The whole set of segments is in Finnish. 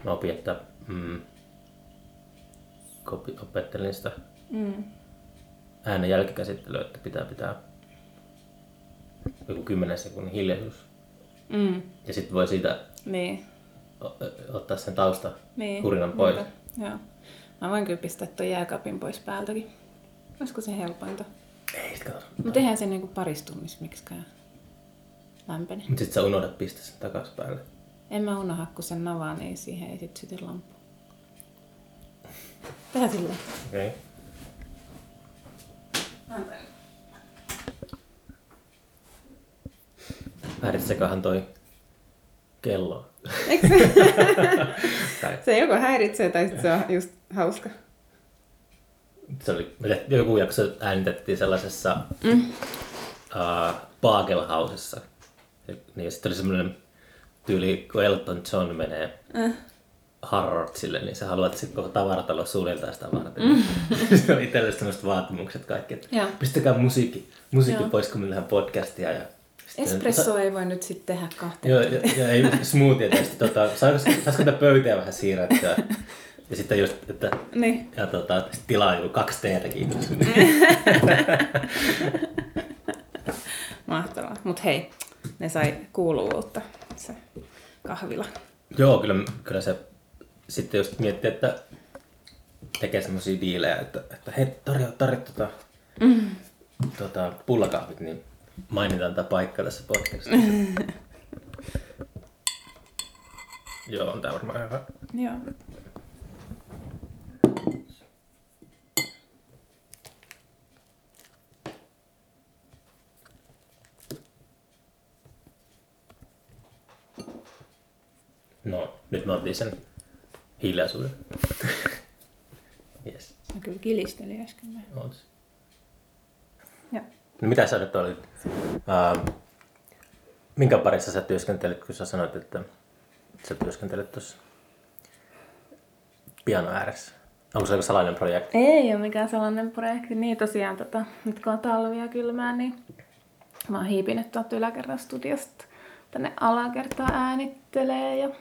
mä opin, että opettelin sitä äänen jälkikäsittelyä, että pitää joku 10 sekunnin hiljaisuus. Ja sitten voi siitä ottaa sen tausta hurinan pois. Joo. Mä voin kyllä pistää tuon jääkaapin pois päältäkin. Olisiko se helpointa? Ei sit kato. Mutta eihän se niinku parissa tunnissa miksikään lämpene. Mut sit sä unohdat pistää sen takas päälle. En mä unohda, kun sen navaan ei siihen ei sit syty lamppu. Tehdään silleen. Okei. Häiritsekahan toi kello. Eikö se? Se joko häiritsee tai sit se on just hauska. Se oli, joku jakso äänitettiin sellaisessa Bagelhausessa. Niin sitten oli semmoinen tyyli, kun Elton John menee Harrodsille, niin sä haluat sitten koko tavaratalo suljeltaa sitä varten. Se on itselle sellaiset vaatimukset kaikki, että pistäkää musiikki pois, kun me tehdään podcastia. Ja espresso ei voi nyt sitten tehdä kahteen. Joo, ja ei smoothie. Ja sitten saisiko tätä pöytää vähän siirrettyä? Ja sitten just, että niin. Ja tilaa joku 2 teetä, kiitos. Mahtavaa. Mut hei, ne sai kuuluvuutta, se kahvila. Joo, kyllä se sitten just miettii, että tekee semmosia diilejä, että hei, tarjoa pullakahvit, niin mainitaan tämä paikka tässä podcastissa. Joo, on tää varmaan hyvä. Joo. No, nyt mä otin sen hiljaisuuden. Yes. Mä kyllä kilistelin äsken. Ootas. Joo. No mitä sä nyt olit? Minkä parissa sä työskentelit, kun sä sanoit, että sä työskentelet tuossa piano ääressä? Onko se joku salainen projekti? Ei ole mikään salainen projekti. Niin tosiaan, nyt kun on talvi ja kylmää, niin mä oon hiipinyt tuolta yläkerran studiosta tänne alakertaan äänittelee. Ja,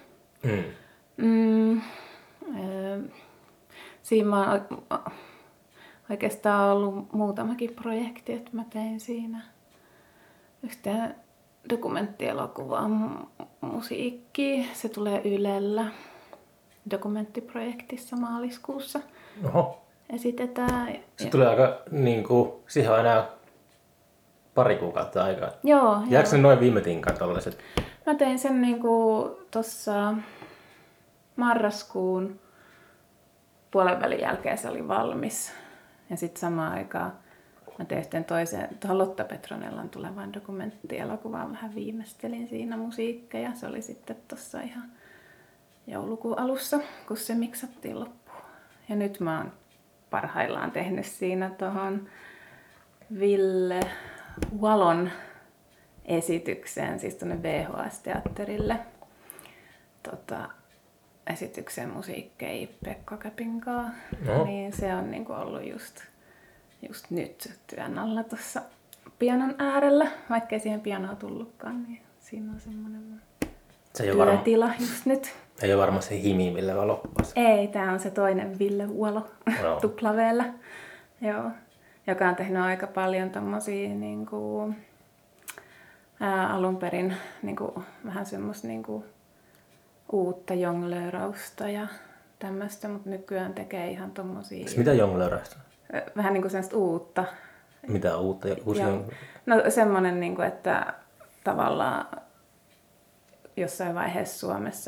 siinä mä oon oikeastaan ollut muutamakin projekti, että mä tein siinä yhteen dokumenttielokuvaan musiikkia. Se tulee Ylellä dokumenttiprojektissa maaliskuussa. Oho. Esitetään. Se tulee aika siihen on enää pari kuukautta aikaa. Joo. Jääkö ne noin viime tinkaan tollaiset? Mä tein sen tuossa marraskuun puolenvälin jälkeen se oli valmis. Ja sitten samaan aikaan mä tein sitten tuohon Lotta Petronellan tulevaan dokumenttielokuvaan vähän viimeistelin siinä musiikkeja. Se oli sitten tuossa ihan joulukuun alussa, kun se miksattiin loppuun. Ja nyt mä oon parhaillaan tehnyt siinä tuohon Ville Ualon esitykseen, siis tuonne VHS-teatterille. Esityksen musiikkeja Pekka Käpinkaa. No. Niin se on ollut just nyt työn alla tuossa pianon äärellä. Vaikka ei siihen pianoa tullutkaan, niin siinä on semmoinen työtila just nyt. Ei ole varmaan se Himi Ville Ualo. Ei, tää on se toinen Ville Ualo tuplaveellä. Joo. Joka on tehnyt aika paljon tommosia alun perin vähän semmoista uutta jonglöörausta ja tämmöistä, mutta nykyään tekee ihan tommosia. Mitä jonglöörausta? Vähän semmoista uutta. Mitä uutta? No semmoinen, että tavallaan jossain vaiheessa Suomessa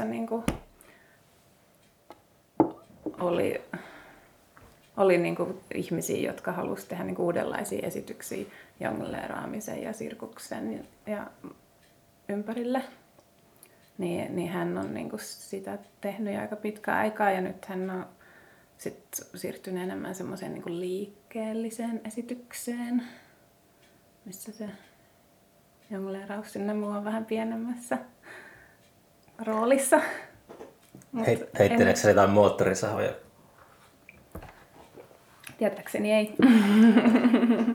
oli ihmisiä, jotka halusivat tehdä uudenlaisia esityksiä jonglööraamisen ja sirkuksen ja ympärille. Niin hän on sitä tehnyt jo aika pitkään aikaa ja nyt hän on siirtynyt enemmän semmoiseen liikkeelliseen esitykseen, missä se jonglööraus sinne mua vähän pienemmässä roolissa. Heitteleekö se jotain moottorisahoja? Tietääkseni ei.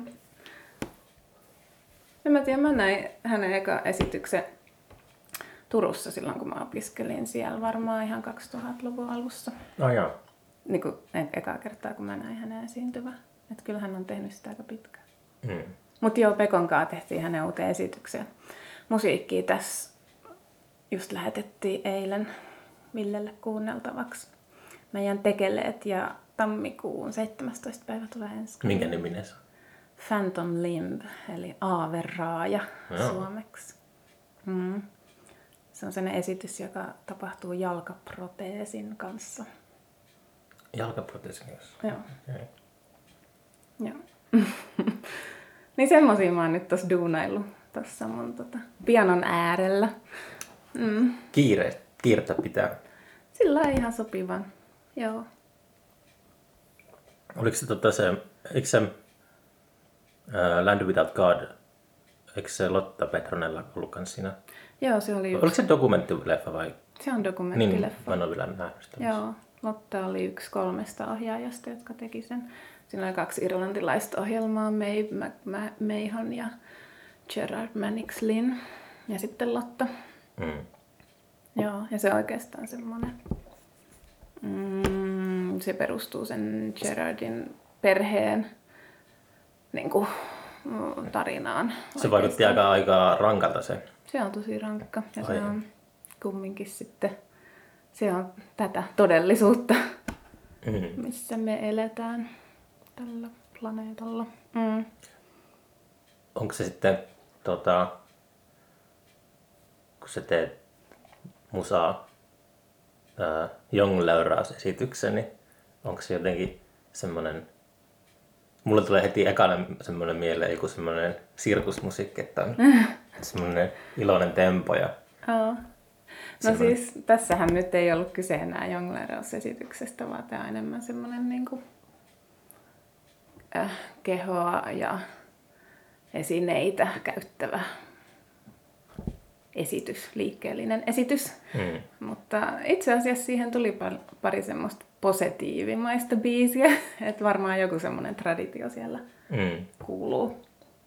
En mä tiedä, mä näin hänen eka esityksen Turussa silloin, kun mä opiskelin siellä varmaan ihan 2000-luvun alussa. Oh, joo. Niin kuin ekaa kertaa, kun mä näin hänen esiintyvän. Että kyllä hän on tehnyt sitä aika pitkään. Mutta joo, Pekon kanssa tehtiin hänen uuteen esitykseen. Musiikkia tässä just lähetettiin eilen Villelle kuunneltavaksi. Meidän tekeleet ja tammikuun 17. päivä tulee ensi. Minkä niminen se on? Phantom Limb, eli aaveraaja suomeksi. Se on sellainen esitys, joka tapahtuu jalkaproteesin kanssa. Jalkaproteesin kanssa? Joo. Okay. Joo. Niin semmosia mä oon nyt tossa duunaillut tossa mun pianon äärellä. Kiirettä pitää. Sillä on ihan sopivan, joo. Oliko se eikö se Land Without God, eikö se Lotta Petronella ollut kans siinä? Joo, se oli Oliko se dokumenttileffa vai? Se on dokumenttileffa. Niin, mä en ole vielä nähnyt sitä. Joo, Lotta oli yksi 3 ohjaajasta, jotka teki sen. Siinä oli 2 irlantilaista ohjelmaa, Maeve McMahon ja Gerard Mannix Lynn. Ja sitten Lotta. Joo, ja se oikeastaan semmoinen. Se perustuu sen Gerardin perheen niin kuin, tarinaan. Se vaikutti aika rankalta se. Se on tosi rankka ja se on kumminkin sitten, se on tätä todellisuutta, missä me eletään tällä planeetalla. Onko se sitten, kun sä teet musaa jonglöörausesityksen, niin onko se jotenkin semmoinen, mulle tulee heti ekana semmoinen mieleen joku semmoinen sirkusmusiikki, että on semmoinen iloinen tempo ja no siis tässähän nyt ei ollut kyse enää jonglöörausesityksestä, vaan tämä on enemmän semmoinen niinku kehoa ja esineitä käyttävä esitys, liikkeellinen esitys. Mutta itse asiassa siihen tuli pari semmoista positiivimaista biisiä, että varmaan joku semmoinen traditio siellä kuuluu.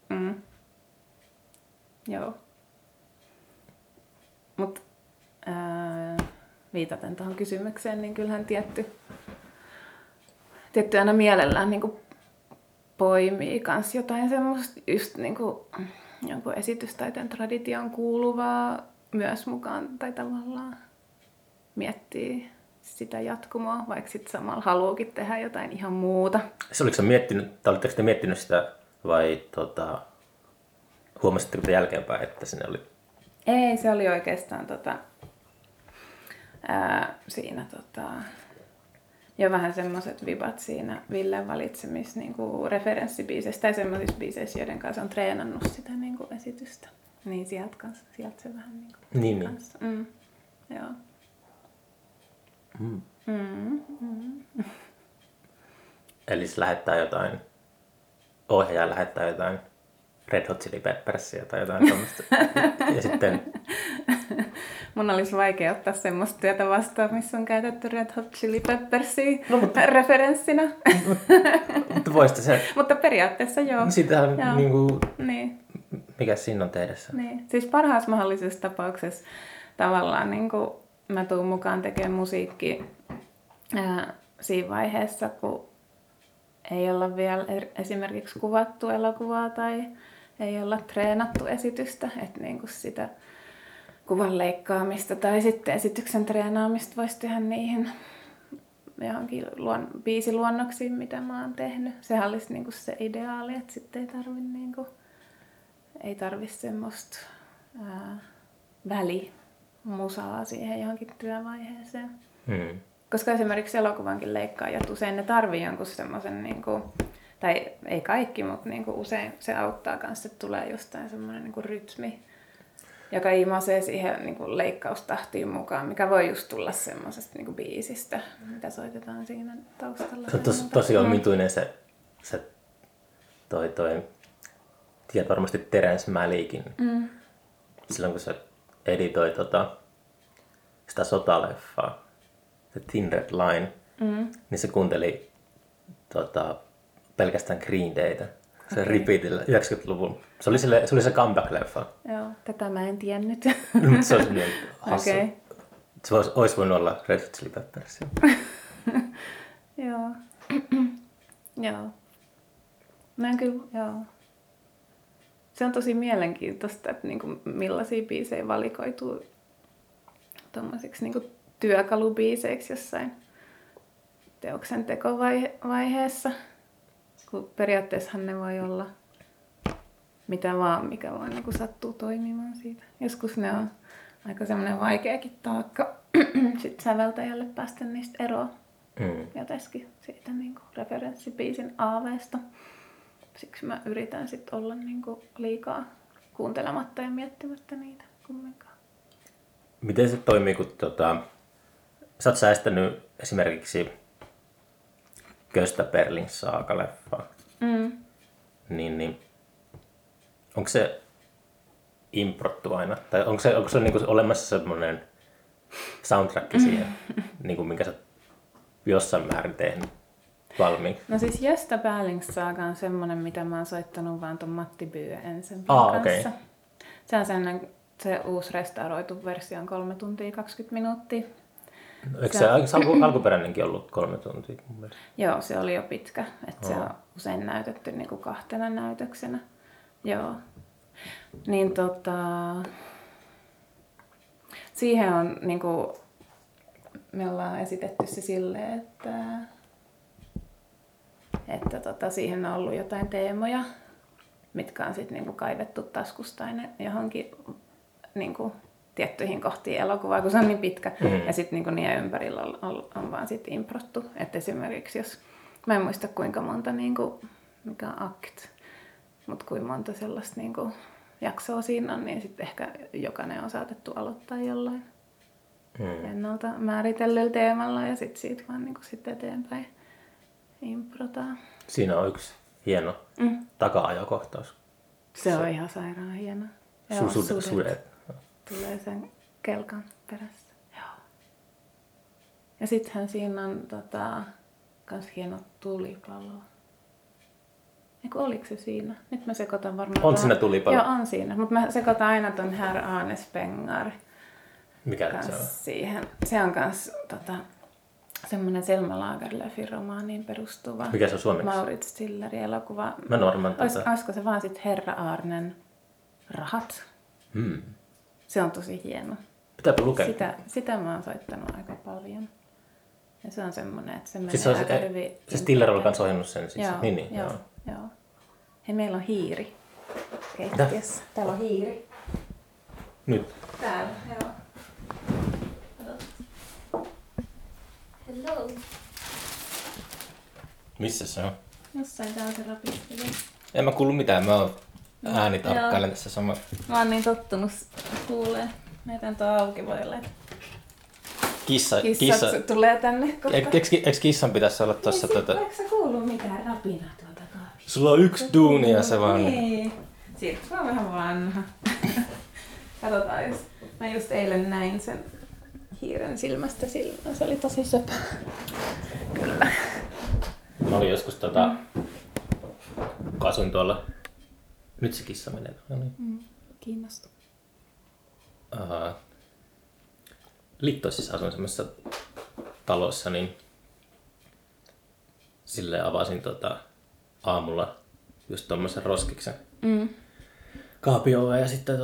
Joo. Mutta viitaten tuohon kysymykseen, niin kyllähän tietty aina mielellään niin kuin poimii kans jotain semmoista just niin kuin jonkun esitystaiteen tradition kuuluvaa myös mukaan tai tavallaan miettii sitä jatkumoa, vaikka sitten samalla haluukin tehdä jotain ihan muuta. Oliko sä miettinyt, tai olitteko te miettinyt sitä vai huomasitteko te jälkeenpäin, että sinne oli? Ei, se oli oikeastaan siinä jo vähän semmoiset vibat siinä Villen valitsemissa niinku referenssibiiseissä tai semmoisissa biiseissä, joiden kanssa on treenannut sitä niinku esitystä. Niin sieltä se vähän niinku kanssa. Joo. Eli se lähettää jotain, ohjaaja lähettää jotain Red Hot Chili Peppersia tai jotain tämmöistä. Ja sitten mun olisi vaikea ottaa semmoista työtä vastaan, missä on käytetty Red Hot Chili Peppersia referenssinä. Mutta voisi se. Mutta periaatteessa joo. Sitähän joo. Niinku, niin. Mikä siinä on tehdessä? Niin. Siis parhaassa mahdollisessa tapauksessa tavallaan niinku mä tuun mukaan tekemään musiikkia siinä vaiheessa, kun ei olla vielä esimerkiksi kuvattu elokuvaa tai ei olla treenattu esitystä, että niinku sitä kuvan leikkaamista tai sitten esityksen treenaamista voisi tehdä niihin johonkin biisiluonnoksiin, mitä mä oon tehnyt. Sehän olisi niinku se ideaali, että sitten ei tarvi semmoista välimusaa siihen johonkin työvaiheeseen. Koska esimerkiksi elokuvankin leikkaajat usein ne tarvii jonkun semmoisen, niinku, tai ei kaikki, mutta niinku usein se auttaa kanssa, että tulee jostain semmoinen niinku rytmi, joka imasee siihen niinku leikkaustahtiin mukaan, mikä voi just tulla semmoisesta niinku biisistä, mitä soitetaan siinä taustalla. Se on tosi omituinen se toi tiedät varmasti Terence Malickin. Silloin kun se editoi sitä sotaleffaa, se Thin Red Line, niin se kuunteli pelkästään Green Daytä. Se repeatillä 90-luvun. Se oli se comeback-leffa. Joo, tätä mä en tiennyt. Se olisi niin hassu. Okay. Se olisi voinut olla Red Hot Chili Peppers. Joo. Joo. Näin kyllä, joo. Se on tosi mielenkiintoista, että niinku millaisia biisejä valikoituu tuommoisiksi niinku työkalubiiseiksi jossain teoksen tekovaiheessa. Kun periaatteessahan ne voi olla mitä vaan, mikä vaan niinku sattuu toimimaan siitä. Joskus ne on aika semmoinen vaikeakin taakka sit säveltäjälle päästä niistä eroon. Jotenkin siitä niinku referenssibiisin aaveesta. Siksi mä yritän sit olla niinku liikaa kuuntelematta ja miettimättä niitä kumminkaan. Miten se toimii, kun sä oot säästänyt esimerkiksi Gösta Berlings Saga-leffaa? Niin, onko se improttu aina? Tai onko se niinku olemassa semmoinen soundtrack siihen, niinku, minkä sä jossain määrin tehnyt valmiiksi? No siis Gösta Berlings Saga on semmoinen, mitä mä oon soittanut vaan ton Matti Byö Ensemble kanssa. Okay. Se on se uusi restauroitu versio on 3 tuntia 20 minuuttia. No, eikö se alkuperäinenkin ollut 3 tuntia? Joo, se oli jo pitkä. Että se on usein näytetty niinku 2 näytöksenä. Joo. Niin siihen on niinku, me ollaan esitetty se silleen, että siihen on ollut jotain teemoja, mitkä on sitten niinku kaivettu taskusta johonkin niinku tiettyihin kohtiin elokuvaa, kun se on niin pitkä. Ja sitten niinku niiden ympärillä on vaan sit improttu. Et esimerkiksi jos, mä en muista kuinka monta, niinku, mikä on act, mutta kuinka monta sellaista niinku jaksoa siinä on, niin sitten ehkä jokainen on saatettu aloittaa jollain ennalta määritellyllä teemalla ja sitten siitä vaan niinku sitten eteenpäin improtaan. Siinä on yksi hieno taka-ajokohtaus. Se on ihan sairaan hieno. Sudet. Tulee sen kelkan perässä. Joo. Ja sittenhän siinä on kans hieno tulipalo. Eiku oliko se siinä? Nyt mä sekoitan varmaan. On siinä tulipalo? Joo, on siinä. Mutta mä sekoitan aina ton Herr Arnes Pengar. Mikä se on? Siihen. Se on kans semmoinen Selma Lagerlöfin romaaniin perustuva. Mikä se on suomeksi? Maurits Stillerin elokuva. Mä norman Olisiko se vaan sit Herra Arnen rahat? Se on tosi hieno. Pitääpä lukea. Sitä mä oon soittanut aika paljon. Ja se on semmoinen, että se menee siis aika hyvin. Se Stiller on kans ohjannut sen siis. Joo, niin. Joo. Hei, meillä on hiiri keittiössä. Täällä on hiiri. Nyt? Täällä, joo. Hello. Missä se on? Jossain täällä se rapistelee. En mä kuulu mitään, mä oon äänitarkkailen tässä samassa. Mä oon niin tottunut kuulee. Meitän tuo auki voi olla. Kissa tulee tänne. Eikö kissan pitäisi olla tossa Eikö sä kuulu mitään rapinaa tuolta kaapista? Sulla on yksi duuni ja se vaan. Niin. Sirkku on vähän vanha. Katsotaan, jos mä just eilen näin sen hiiren silmästä silmään. Se oli tosi söpö. Kyllä. Mä olin joskus kasuin tuolla. Nyt se kissa menee. No niin. Kiinnostaa. Littoisissa asuin semmoisessa talossa, niin silleen avasin aamulla just tommosen roskiksen kaapioon ja sitten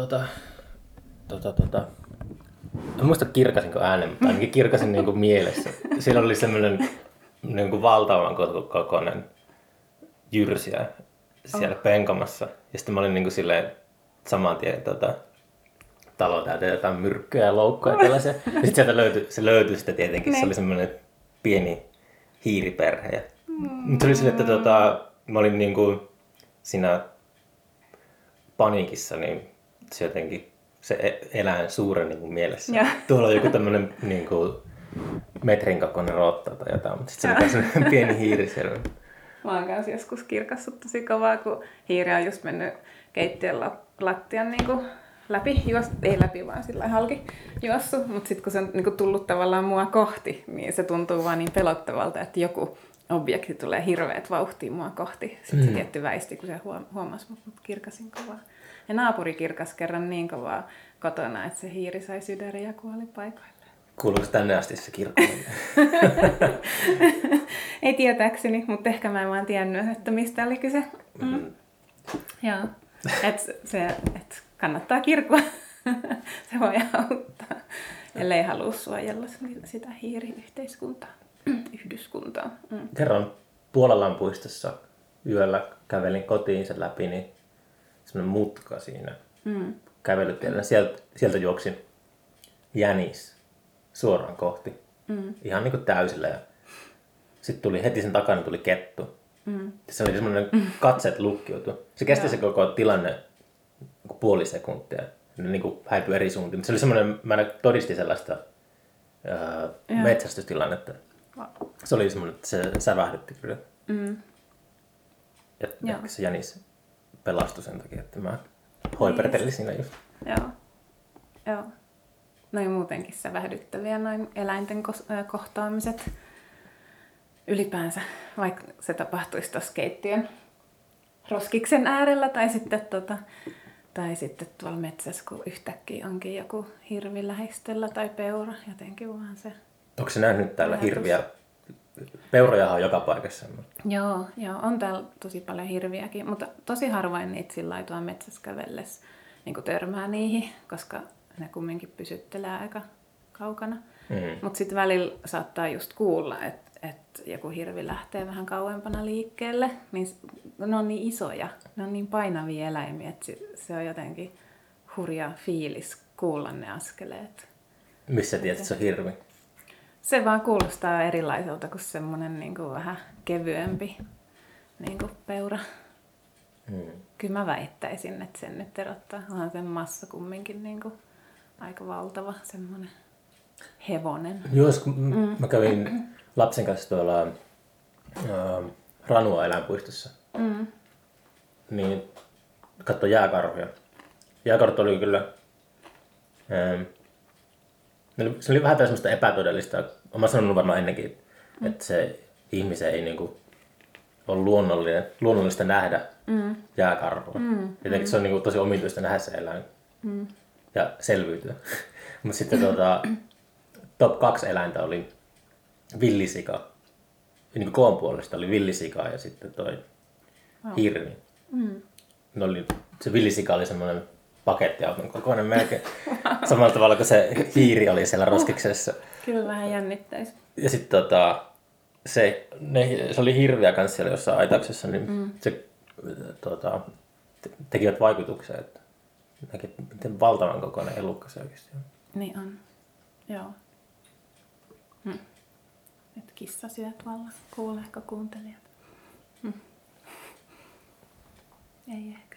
en muista kirkasinko äänen, mutta ainakin kirkasin niinku mielessä. Siellä oli semmoinen niinku valtavan kokoinen jyrsiä siellä penkamassa. Ja sitten mä olin niinku silleen saman tien talo täyteen jotain myrkkyä ja loukkoja ja tällaisia. Ja sitten sieltä löytyi sitten tietenkin. Se oli semmoinen pieni hiiriperhe. Mutta se oli silleen, että mä olin niinku siinä paniikissa, niin se jotenkin se eläin suureni mun mielessä. Ja. Tuolla on joku tämmönen niinku metrin kokoinen rotta tai jotain, mutta sitten se oli semmoinen pieni hiiri siellä. Mä oon kanssa joskus kirkassut tosi kovaa, kun hiiri on just mennyt keittiön lattian niinku läpi, ei läpi vaan sillä halki juossut, mutta sitten kun se on niinku tullut tavallaan mua kohti, niin se tuntuu vaan niin pelottavalta, että joku objekti tulee hirveät vauhtia mua kohti. Sitten se tietty väisti, kun se huomasi, mutta kirkasin kovaa. Ja naapuri kirkas kerran niin kovaa kotona, että se hiiri sai sydäriä ja kuoli paikoilleen. Kuuluuko tänne asti se kirkkoon? Ei tietääkseni, mutta ehkä mä en vaan tiennyt, että mistä oli kyse. Joo. Et kannattaa kirkkoa. Se voi auttaa, ellei halua suojella sitä hiiriyhteiskuntaa, yhdyskuntaa. Kerran Puolalan puistossa yöllä kävelin kotiin sen läpi, niin semmoinen mutka siinä kävelytiellä. Sieltä juoksin jänis suoraan kohti, ihan niin kuin täysillä. Ja sitten tuli heti sen takana tuli kettu. Se oli semmoinen katseet lukkiutui. Se kesti se koko tilanne puoli sekuntia. Ne niin kuin häipyi eri suuntiin. Se oli semmoinen, mä todistin sellaista metsästystilannetta. Se oli semmoinen, että se sävähdytti kyllä. Ja se jänis pelastui sen takia, että mä hoipertelin siinä just. Joo. Noin muutenkin sävähdyttäviä noin eläinten kohtaamiset ylipäänsä, vaikka se tapahtuisi tuossa keittiön roskiksen äärellä tai sitten tuolla metsässä, kun yhtäkkiä onkin joku hirvi lähistöllä tai peura, jotenkin vaan se. Onko se nähnyt täällä hirviä? Peurojahan on joka paikassa. Joo, on täällä tosi paljon hirviäkin, mutta tosi harvoin niitä sillä lailla tuolla metsässä kävellessä niin törmää niihin, koska ne kumminkin pysyttelee aika kaukana. Mutta sitten välillä saattaa just kuulla, että joku hirvi lähtee vähän kauempana liikkeelle, niin ne on niin isoja, ne on niin painavia eläimiä, että se on jotenkin hurja fiilis kuulla ne askeleet. Missä tiedät, että se on hirvi? Se vaan kuulostaa erilaiselta kuin semmoinen niin kuin vähän kevyempi niin kuin peura. Kyllä mä väittäisin, että sen nyt erottaa. Onhan sen massa kumminkin niin kuin aika valtava semmoinen hevonen. Joo, kun mä kävin lapsen kanssa tuolla Ranua eläinpuistossa, niin katsoin jääkarhuja. Jääkarhut oli kyllä, se oli vähän semmoista epätodellista. Olen sanonut varmaan ennenkin, että se ihmisen ei niinku ole luonnollista nähdä jääkarhua. Jotenkin se on niinku tosi omituista nähdä se eläin ja selviytyä. Mutta sitten top 2 eläintä oli villisika. Niin koon puolesta oli villisika ja sitten toi hirvi. Se villisika oli semmoinen pakettiauton kokoinen melkein. Samalla tavalla kuin se hiiri oli siellä roskiksessa. Kyllä vähän jännittäisi. Ja sitten se oli hirviä kanssa siellä jossain aitauksessa, niin se tekivät vaikutuksen, että näki, miten valtavan kokoinen elukka se oikeasti on. Niin on, joo. Nyt kissa syö tuolla, kuuleeko kuuntelijat? Ei ehkä.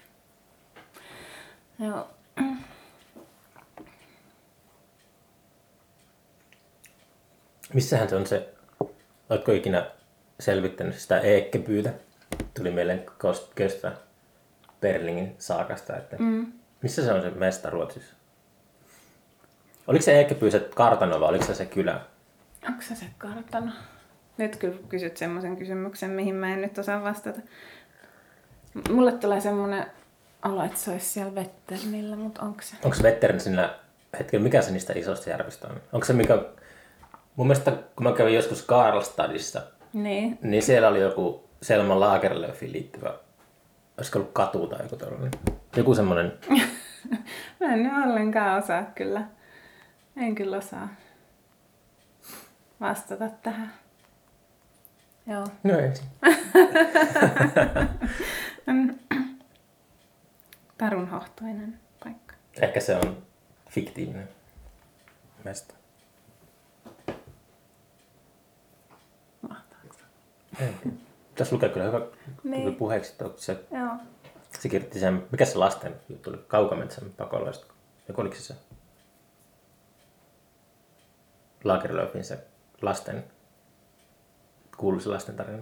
Joo. Missähän se on se, oletko ikinä selvittänyt sitä Ekebyytä? Tuli mieleen Köstra Berlingin saakasta, että missä se on se mesta Ruotsissa? Oliko se Ekeby se kartano vai oliko se kylä? Onko se kartano? Nyt kyllä kysyt semmoisen kysymyksen, mihin mä en nyt osaa vastata. Mulle tulee semmoinen olo, että se olisi siellä Vetternillä, mutta onko se? Onko Vettern siinä hetkellä, mikä se niistä isosta järvistä on? Onko se mikä, mun mielestä kun mä kävin joskus Karlstadissa, niin siellä oli joku Selma Lagerlöfiin liittyvä, olisiko ollut katu tai joku tällainen. Joku semmoinen. Mä en nyt ollenkaan osaa kyllä. En kyllä osaa vastata tähän. Joo. No ei. Tarunhohtoinen paikka. Ehkä se on fiktiivinen mesta. Mahtaako? Tässä lukee kyllä hyvä niin. Puheeksi. Joo. Se kirjoitti sen, mikä se lasten juttu oli? Kaukametsän pakolaiset. Joku oliko se Lagerlöfin se lasten, kuuluisa lasten tarina?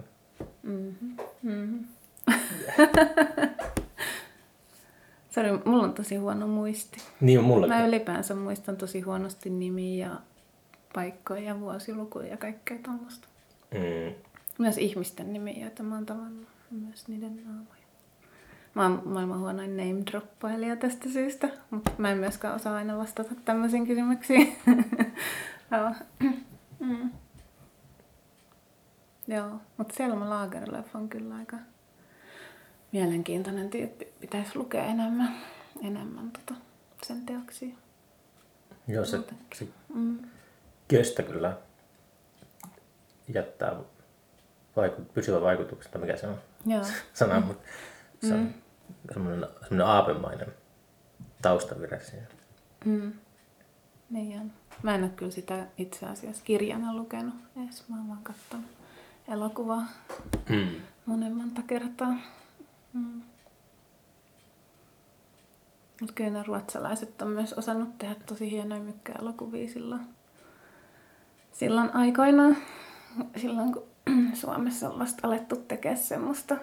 Sori, mulla on tosi huono muisti. Niin on mullakin. Mä ylipäänsä muistan tosi huonosti nimiä ja paikkoja ja vuosilukuja ja kaikkea tommoista. Myös ihmisten nimiä, joita mä oon tavannut. Myös niiden naamoja. Mä oon maailman huonoin name-droppailija tästä syystä, mutta mä en myöskään osaa aina vastata tämmöisiin kysymyksiin. Joo. Joo, mutta Selma Lagerlöf on kyllä aika mielenkiintoinen tyyppi. Pitäisi lukea enemmän sen teoksia. Joo, se Gösta kyllä jättää pysyvä vaikutuksen, tai mikä se on sana, mutta se on semmoinen aapemainen taustavire siinä. Niin on. Mä en ole kyllä sitä itse asiassa kirjana lukenut edes, mä oon vaan katsonut elokuvaa monta kertaa. Mutta kyllä ne ruotsalaiset on myös osannut tehdä tosi hienoja mykkäelokuvia silloin aikoinaan. Silloin kun Suomessa on vasta alettu tekemään semmoista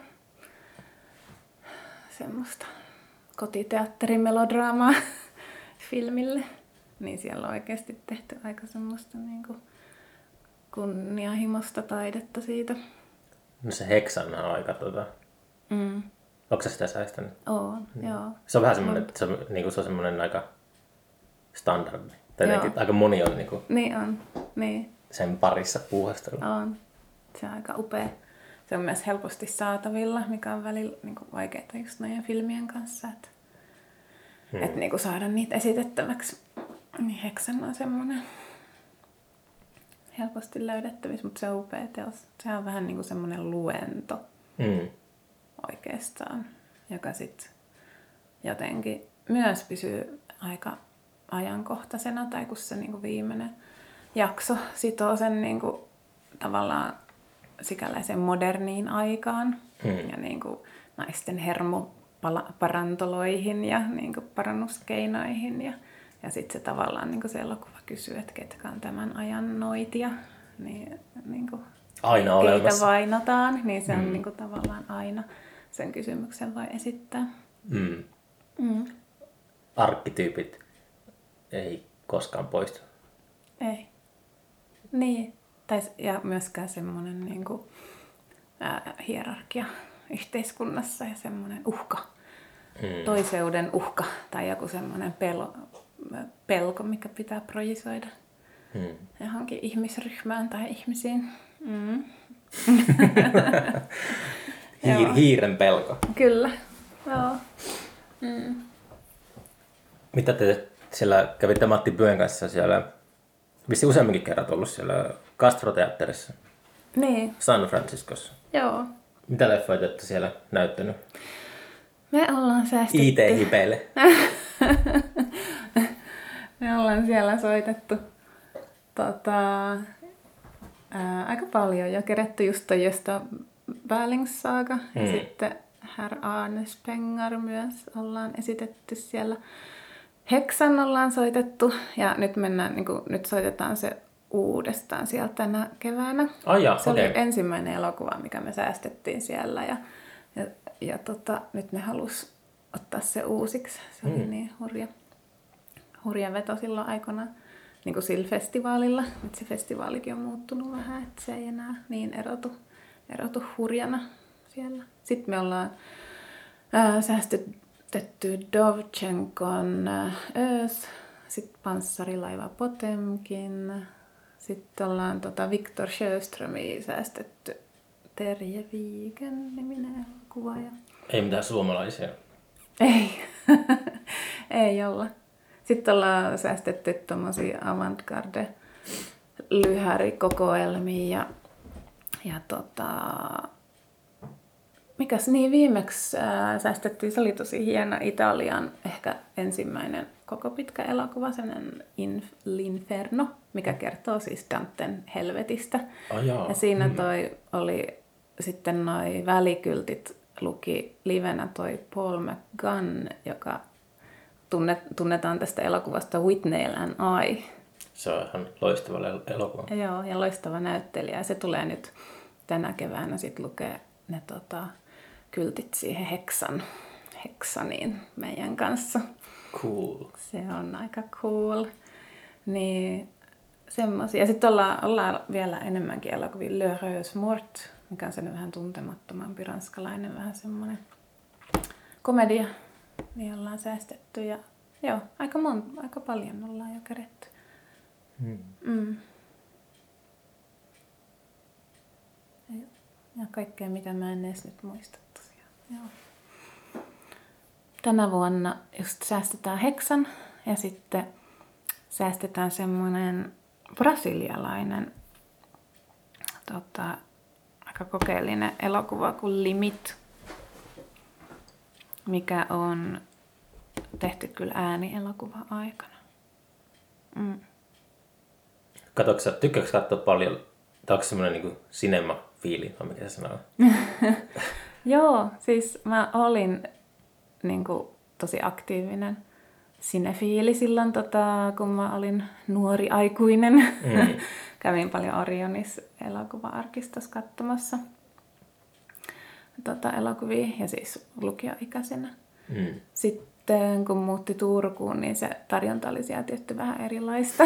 kotiteatterimelodraamaa filmille. Niin siellä on oikeasti tehty aika semmoista niinku kunnianhimoista taidetta siitä. No se Heksan on aika Onko sä sitä säästänyt? Oon, joo. Se on vähän semmoinen, että se on semmoinen aika standardi. Tai aika moni on Niin on, niin. Sen parissa puuhastellut. On. Se on aika upea. Se on myös helposti saatavilla, mikä on välillä vaikeaa just noiden filmien kanssa. Että saada niitä esitettäväksi. Niin Heksan on semmoinen helposti löydettävissä, mutta se on upea teos. Se on vähän niin kuin semmoinen luento oikeastaan, joka sitten jotenkin myös pysyy aika ajankohtaisena, tai kun se niin kuin viimeinen jakso sitoo sen niin kuin tavallaan sikäläiseen moderniin aikaan ja niin kuin naisten hermoparantoloihin ja niin kuin parannuskeinoihin ja sitten se tavallaan niin kuin se elokuva kysyy, että ketkä on tämän ajan noitia, niin kuin aina keitä olemassa. vainotaan, niin se on niin kuin tavallaan aina sen kysymyksen voi esittää. Arkkityypit ei koskaan poistu. Ei. Niin. Ja myöskään semmoinen niin kuin, hierarkia yhteiskunnassa ja semmoinen uhka, toiseuden uhka tai joku semmoinen pelko, mikä pitää projisoida johonkin ihmisryhmään tai ihmisiin. Hiiren pelko. Kyllä, joo. Mitä te siellä kävitte Matti Pyön kanssa siellä, vissi useamminkin kerrat ollut siellä Castro-teatterissa? Niin. San Franciscossa. Joo. Mitä leffoja te olette siellä näyttänyt? Me ollaan säästetty. IT-hipeille. Me ollaan siellä soitettu aika paljon ja kerätty just toi Gösta Berlings saga. Ja sitten Herr Arnes Pengar myös ollaan esitetty siellä. Heksan ollaan soitettu ja nyt nyt soitetaan se uudestaan siellä tänä keväänä. Se oli ensimmäinen elokuva, mikä me säästettiin siellä ja nyt ne halus ottaa se uusiksi. Se oli niin hurja veto silloin aikoinaan niin kuin sillä festivaalilla. Nyt se festivaalikin on muuttunut vähän, että se ei enää niin erotu hurjana siellä. Sitten me ollaan säästetty Dovchenkon Öös, sitten Panssarilaiva Potemkin, sitten ollaan Viktor Sjöströmiä säästetty Terje Viiken niminen elokuva. Ei mitään suomalaisia. Ei, ei olla. Sitten ollaan säästetty tommosia avantgarde lyhärikokoelmia ja mikäs niin viimeksi säästettiin, se oli tosi hieno Italian ehkä ensimmäinen koko pitkä elokuva, sellainen L'Inferno, mikä kertoo siis Danten helvetistä. Ja siinä oli sitten noi välikyltit luki livenä toi Paul McGann, joka tunnetaan tästä elokuvasta With Nail and I. Se on ihan loistava elokuva. Joo, ja loistava näyttelijä. Se tulee nyt tänä keväänä sitten lukee ne kyltit siihen Heksaniin meidän kanssa. Cool. Se on aika cool. Niin semmosia. Ja sitten ollaan vielä enemmänkin elokuvia. L'Heureuse Morte, mikä on sellainen vähän tuntemattomampi ranskalainen, vähän semmoinen komedia, niin ollaan säästetty. Ja joo, aika paljon ollaan jo keretty. Ja kaikkea, mitä mä en edes nyt muista tosiaan. Joo. Tänä vuonna just säästetään heksan ja sitten säästetään semmoinen brasilialainen aika kokeellinen elokuva kuin Limit, mikä on tehty kyllä äänielokuva aikana. Tykkääkö katsoa paljon? Tai onko semmoinen niin cinema-fiili, vai mikä se sanoo? Joo, siis mä olin niin kuin tosi aktiivinen sinefiili silloin, kun mä olin nuori aikuinen. Kävin paljon Orionis elokuva-arkistossa katsomassa elokuvia ja siis lukioikäisenä. Sitten kun muutti Turkuun, niin se tarjonta oli siellä tietty vähän erilaista.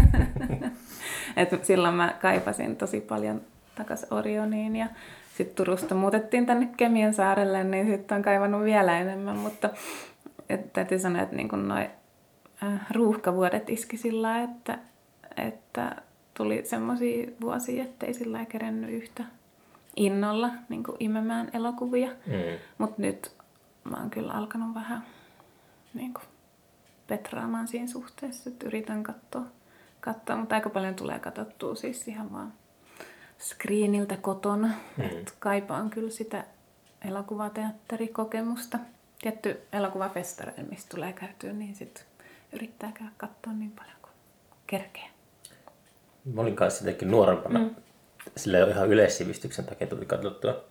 Et silloin mä kaipasin tosi paljon takaisin Orioniin ja sitten Turusta muutettiin tänne Kemiönsaarelle, niin sitten on kaivannut vielä enemmän, mutta täytyy sanoa, että niin noi ruuhkavuodet iski sillä, että tuli semmoisia vuosia, ettei sillä ei kerennyt yhtä innolla niin imemään elokuvia. Mutta nyt mä oon kyllä alkanut vähän niin petraamaan siinä suhteessa, että yritän katsoa, mutta aika paljon tulee katsottua siis ihan vaan screeniltä kotona. Kaipaan kyllä sitä elokuvateatterikokemusta. Tietty elokuvafestareille, mistä tulee käytyä, niin sitten yrittää käydä katsoa niin paljon kuin kerkeä. Mä olin kanssa sitäkin nuorempana. Sillä jo ihan yleissivistyksen takia tuli katsottua.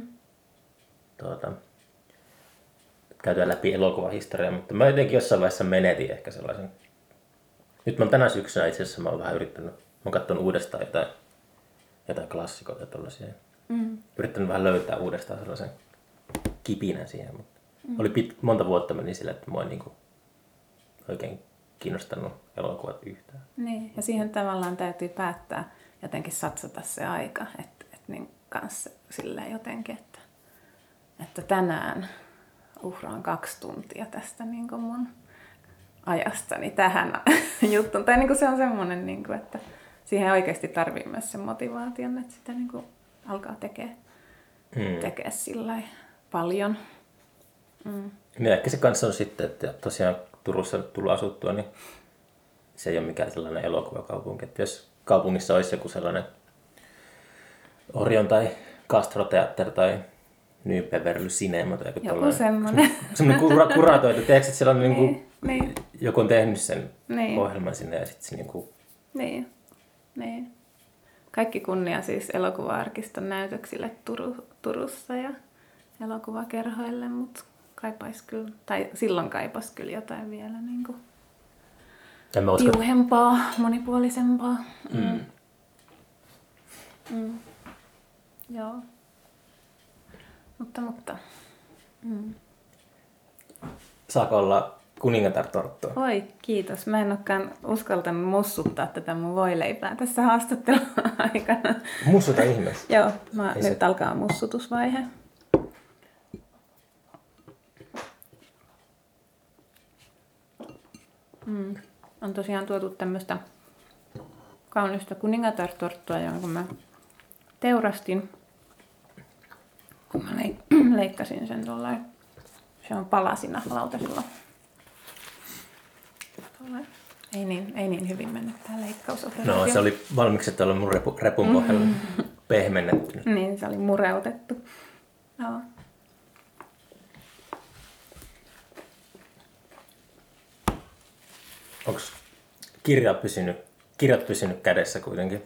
Käytyä läpi elokuvahistoriaa, mutta mä jotenkin jossain vaiheessa menetin ehkä sellaisen. Nyt mä tänä syksynä itse asiassa mä oon vähän yrittänyt. Mä oon katsonut uudestaan jotain klassikoita tuollaisia. Yrittänyt vähän löytää uudestaan sellaisen kipinän siihen, mutta oli monta vuotta meni sillä, että mua ei niinku oikein kiinnostanut elokuvat yhtään. Niin, ja siihen tavallaan täytyy päättää jotenkin satsata se aika, että niin kanssa silleen jotenkin, että tänään uhraan 2 tuntia tästä niin kuin mun ajastani tähän juttuun. Tai niin kuin se on semmoinen, niin kuin, että siihen oikeasti tarvii myös sen motivaation, että sitä niin kuin alkaa tekee sillä paljon. Ja ehkä se kanssa on sitten, että tosiaan Turussa tullut asuttua, niin se ei ole mikään sellainen elokuvakaupunki. Että jos kaupungissa olisi joku sellainen Orion tai Castro-teatteri tai New Beverly Cinema tai joku semmoinen. Semmoinen kuratoitu. Tiedätkö, että siellä on niin. joku on tehnyt sen ohjelman sinne ja sitten se niinku... Niin. Kaikki kunnia siis elokuva-arkiston näytöksille Turussa ja elokuvakerhoille, mutta kaipais kyllä, tai silloin kaipas kyllä jotain vielä niinku tiuhempaa, monipuolisempaa. Joo. Mutta. Saako olla kuningatar-torttua? Oi, kiitos. Mä en olekaan uskaltanut mussuttaa tätä mun voileipää tässä haastattelun aikana. Mussuta ihmeessä. Joo, nyt alkaa mussutusvaihe. On tosiaan tuotu tämmöistä kaunista kuningatar-torttua, jonka mä teurastin, kun mä leikkasin sen tuollain. Se on palasina lautasilla. Ei niin hyvin mennyt tää leikkausoperaatio. No, se oli valmiiksi tuolla mun repun pohjalla pehmennetty. Niin, se oli mureutettu. Joo. Onko kirjat pysynyt kädessä kuitenkin?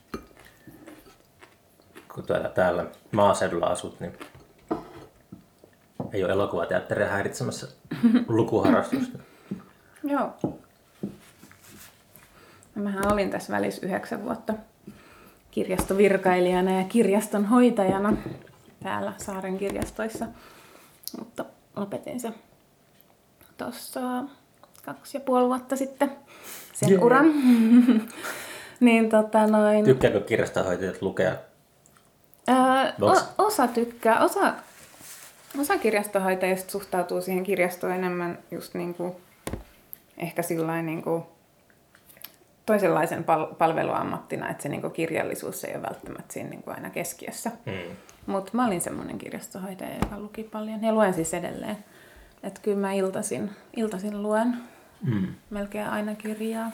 Kun täällä maaseudulla asut, niin ei ole elokuvateatteria häiritsemässä lukuharrastusta. Joo. Mähän olin tässä välissä 9 vuotta kirjastovirkailijana ja kirjaston hoitajana täällä Saaren kirjastoissa, mutta lopetin se tuossa 2,5 vuotta sitten sen uran. Niin, Tykkääkö kirjastonhoitajat lukea? Osa tykkää, osa kirjastonhoitajista suhtautuu siihen kirjastoon enemmän just niinku, ehkä sillain niinku toisenlaisen palveluammattina, että se niinku kirjallisuus ei ole välttämättä siinä niinku aina keskiössä. Mutta mä olin semmoinen kirjastonhoitaja, joka luki paljon ja luen siis edelleen. Että kyllä mä iltaisin luen melkein aina kirjaa.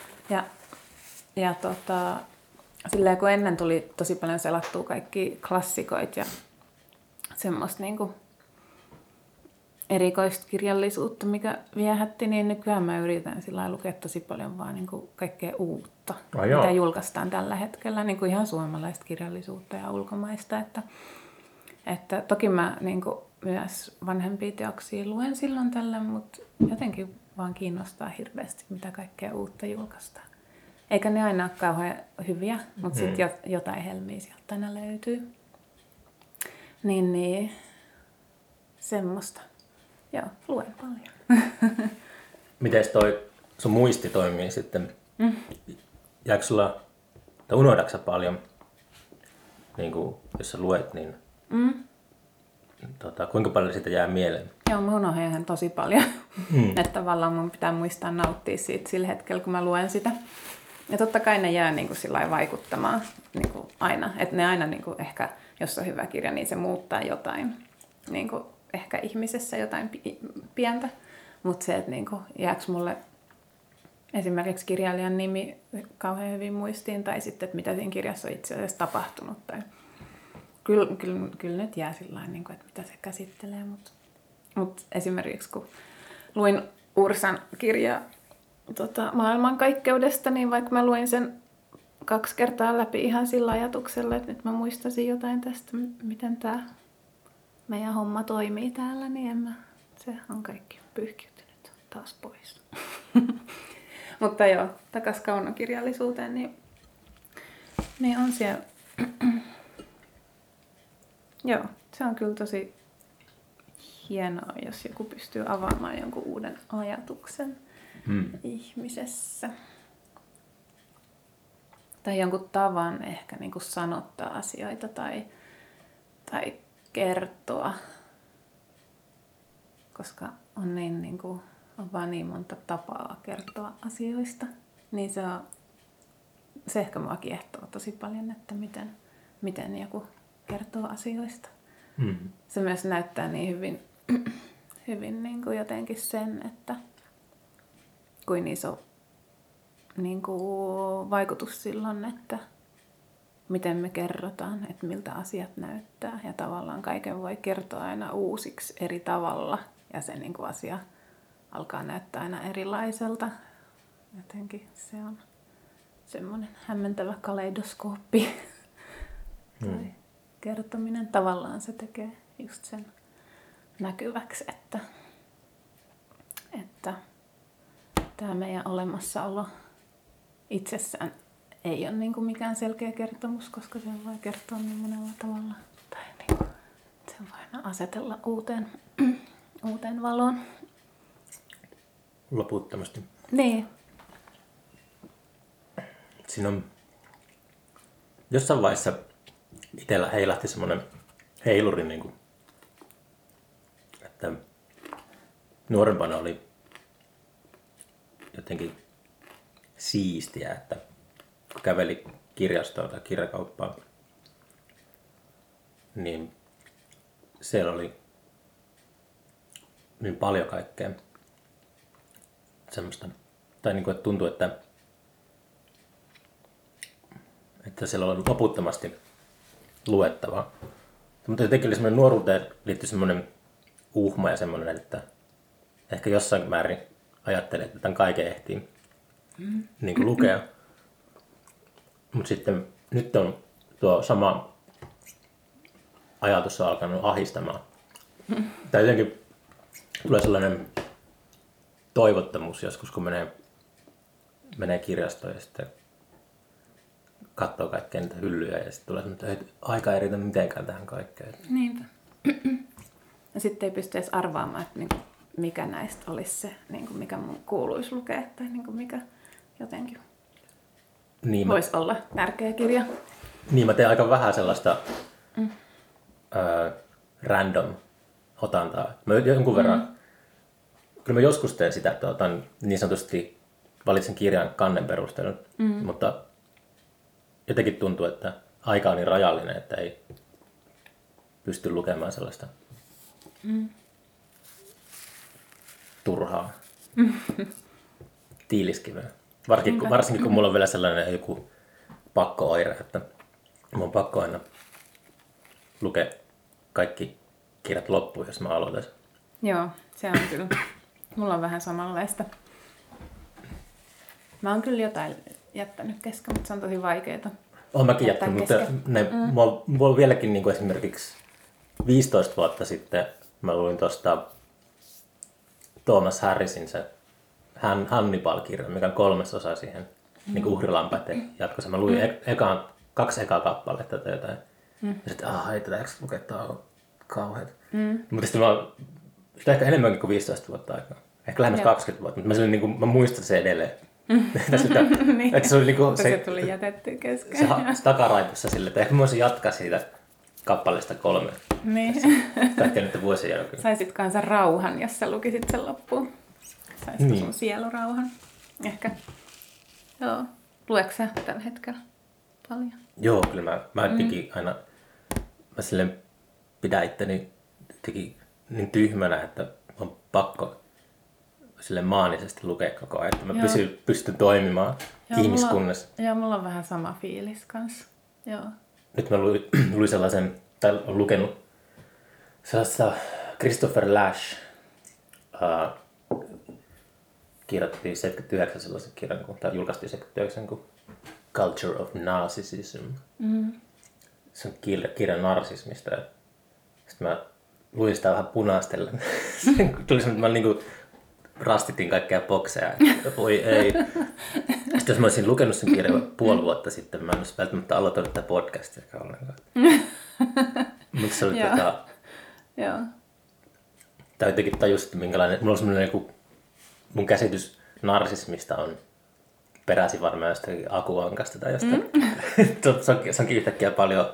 Ja silleen kun ennen tuli tosi paljon selattua kaikki klassikoit ja semmoista niinku erikoista kirjallisuutta, mikä viehätti, niin nykyään mä yritän sillä lukea tosi paljon vaan niinku kaikkea uutta, mitä julkaistaan tällä hetkellä, niinku ihan suomalaista kirjallisuutta ja ulkomaista. Että toki mä niinku myös vanhempia teoksia luen silloin tällä, mutta jotenkin vaan kiinnostaa hirveästi, mitä kaikkea uutta julkaistaan. Eikä ne aina ole kauhean hyviä, mutta sitten jotain helmiä sieltä aina löytyy. Niin semmoista. Joo, luen paljon. Miten toi sun muisti toimii sitten? Jääkö sulla, tai unohdatko sä paljon, niin kuin, jos sä luet, niin kuinka paljon siitä jää mieleen? Joo, mä unohdan ihan tosi paljon. Että tavallaan mun pitää muistaa nauttia siitä sillä hetkellä, kun mä luen sitä. Ja totta kai ne jää niin kuin sillai vaikuttamaan niin kuin aina. Että ne aina, niin kuin ehkä, jos on hyvä kirja, niin se muuttaa jotain. Niin kuin ehkä ihmisessä jotain pientä. Mutta se, että niin kuin, jääkö mulle esimerkiksi kirjailijan nimi kauhean hyvin muistiin. Tai sitten, että mitä siinä kirjassa on itse asiassa tapahtunut. Tai kyllä nyt jää sillain, niin kuin, että mitä se käsittelee. Mutta esimerkiksi kun luin Ursan kirjaa maailmankaikkeudesta, niin vaikka mä luin sen 2 kertaa läpi ihan sillä ajatuksella, että nyt mä muistasin jotain tästä, miten tää meidän homma toimii täällä, niin se on kaikki pyyhkiytynyt taas pois. Mutta joo, takas kaunokirjallisuuteen, niin on siellä. Joo, se on kyllä tosi hienoa, jos joku pystyy avaamaan jonkun uuden ajatuksen ihmisessä. Tai jonkun tavan ehkä niin kuin sanottaa asioita tai kertoa. Koska on on vaan niin monta tapaa kertoa asioista. Niin se ehkä mua kiehtoo tosi paljon, että miten joku kertoo asioista. Se myös näyttää niin hyvin niin kuin jotenkin sen, että kuin iso niin kuin vaikutus silloin, että miten me kerrotaan, että miltä asiat näyttää. Ja tavallaan kaiken voi kertoa aina uusiksi eri tavalla. Ja se niin kuin asia alkaa näyttää aina erilaiselta. Jotenkin se on semmoinen hämmentävä kaleidoskooppi. Tai kertominen tavallaan se tekee just sen näkyväksi, että tämä meidän olemassaolo itsessään ei ole niin kuin mikään selkeä kertomus, koska sen voi kertoa niin monella tavalla. Tai niin kuin, sen voi aina asetella uuteen valoon. Loputtomasti. Niin. Siinä on jossain vaiheessa itsellä heilahti semmoinen heiluri, niin kuin, että nuorempana oli jotenkin siistiä, että kun käveli kirjastoon tai kirjakauppaan, niin siellä oli niin paljon kaikkea semmoista, tai niin kuin, että tuntui, että siellä on loputtomasti luettavaa. Mutta jotenkin oli semmoinen nuoruuteen liittyi semmoinen uhma ja semmoinen, että ehkä jossain määrin ajattelin, että tämän kaiken ehtii niin kuin lukea. Mutta sitten nyt on tuo sama ajatus on alkanut ahdistamaan. Tai jotenkin tulee sellainen toivottomuus joskus, kun menee kirjastoon ja sitten katsoo kaikkea niitä hyllyjä ja sitten tulee semmoinen, että aika ei riitä mitenkään tähän kaikkeen. Niinpä. Ja sitten ei pysty edes arvaamaan, että mikä näistä olisi se, mikä mun kuuluisi lukea tai mikä jotenkin voisi olla tärkeä kirja. Niin, mä teen aika vähän sellaista random otantaa. Mä jonkun verran, kyllä mä joskus teen sitä, että otan niin sanotusti valitsen kirjan kannen perusteella, mutta jotenkin tuntuu, että aika on niin rajallinen, että ei pysty lukemaan sellaista turhaa tiiliskiveä. Varsinkin kun mulla on vielä sellainen joku pakko-oire, että mun on pakko aina lukea kaikki kirjat loppuun, jos mä aloitan. Joo, se on kyllä. Mulla on vähän samanlaista. Mä oon kyllä jotain jättänyt kesken, mutta se on tosi vaikeeta. Olen mäkin jättänyt, mutta mulla on vieläkin niin kuin esimerkiksi 15 vuotta sitten mä luin tuosta Thomas Harrisin se Hannibal-kirja, mikä on 3 osa siihen niin uhrilampaiden jatkossa. Mä luin 2 ekaa kappaletta tai jotain. Ja sitten, ei tätä eikö lukea, tää on kauheat. Mutta sitten sitä ehkä enemmänkin kuin 15 vuotta aikaa. Ehkä lähemmäs 20 vuotta, mutta mä muistan se edelleen. Niin. Että se oli niinku se tuli jätetty kesken. Se takaraivossa sille, että ehkä mä voisin jatkaa siitä kappaleesta 3. Niin. Kaikkea nyt vuosien jälkeen. Saisit kanssa rauhan, jos sä lukisit sen loppuun. Saisitko sun sielurauhan? Ehkä. Joo. Luetko sä tällä hetkellä paljon? Joo, kyllä mä aina, mä silleen pidän itteni niin tyhmänä, että on pakko silleen maanisesti lukea koko ajan, että mä pystyn toimimaan ihmiskunnassa. Mulla on vähän sama fiilis kanssa. Joo. Nyt mä luin sellaisen, tai olen lukenut sellaista Christopher Lash kirjoitettiin 79 sellaisen kirjan, tai julkaistiin 79 kuin Culture of Narcissism. Se on kirja narsismista. Sitten mä luin sitä vähän punastellen. Mä niinku rastitin kaikkea bokseja. Voi ei. Sitten jos mä olisin lukenut sen kirjan puoli vuotta sitten, mä en olisi välttämättä aloittanut tätä podcastia ollenkaan. Mutta se oli Joo. Tai jotenkin tajusin, minkälainen. Mulla on semmoinen joku, mun käsitys narsismista on peräisin varmaan jostakin Akuankasta tai jostain. Se onkin yhtäkkiä paljon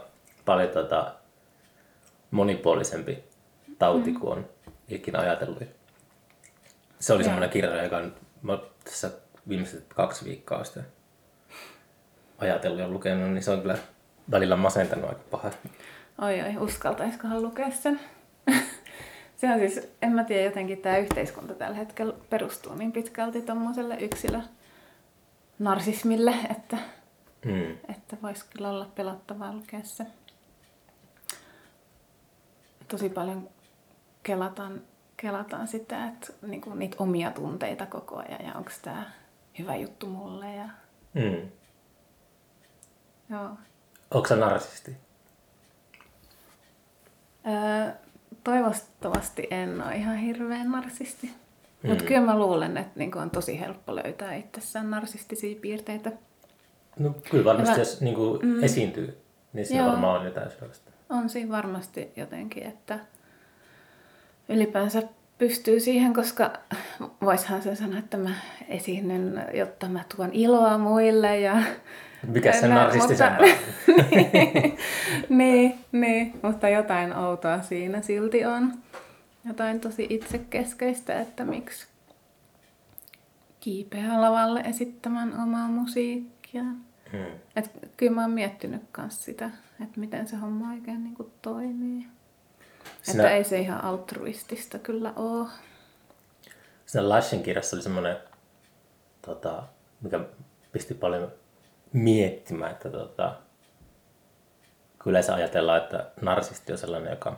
monipuolisempi tauti kuin on ikinä ajatellut. Se oli semmoinen kirja, joka on tässä viimeiset 2 viikkoa sitten ajatellut ja lukenut, niin se on kyllä välillä masentanut aika pahasti. Oi, uskaltaiskohan lukea sen? Se on siis, en mä tiedä, jotenkin tämä yhteiskunta tällä hetkellä perustuu niin pitkälti tommoselle yksilönarsismille, että voisi kyllä olla pelottavaa lukea se. Tosi paljon kelataan sitä, että niinku niitä omia tunteita koko ajan ja onko tämä hyvä juttu mulle. Ja... Joo. Onko sä narsisti? Toivottavasti en ole ihan hirveän narsisti. Mutta kyllä mä luulen, että niinku on tosi helppo löytää itsessään narsistisia piirteitä. No kyllä varmasti, jos niinku esiintyy, niin siinä varmaan on jotain sellaista. On siinä varmasti jotenkin, että ylipäänsä pystyy siihen, koska voishan sen sanoa, että mä esiinnyn, jotta mä tuon iloa muille. Ja mikä sen narsistisempaa? niin, mutta jotain outoa siinä silti on. Jotain tosi itsekeskeistä, että miksi kiipeää lavalle esittämään omaa musiikkia. Et kyllä mä oon miettinyt kans sitä, että miten se homma oikein niin kuin toimii. Että ei se ihan altruistista kyllä oo. Siinä Lashin kirjassa oli semmoinen, mikä pisti paljon miettimään, että kyllä yleensä ajatellaan, että narsisti on sellainen, joka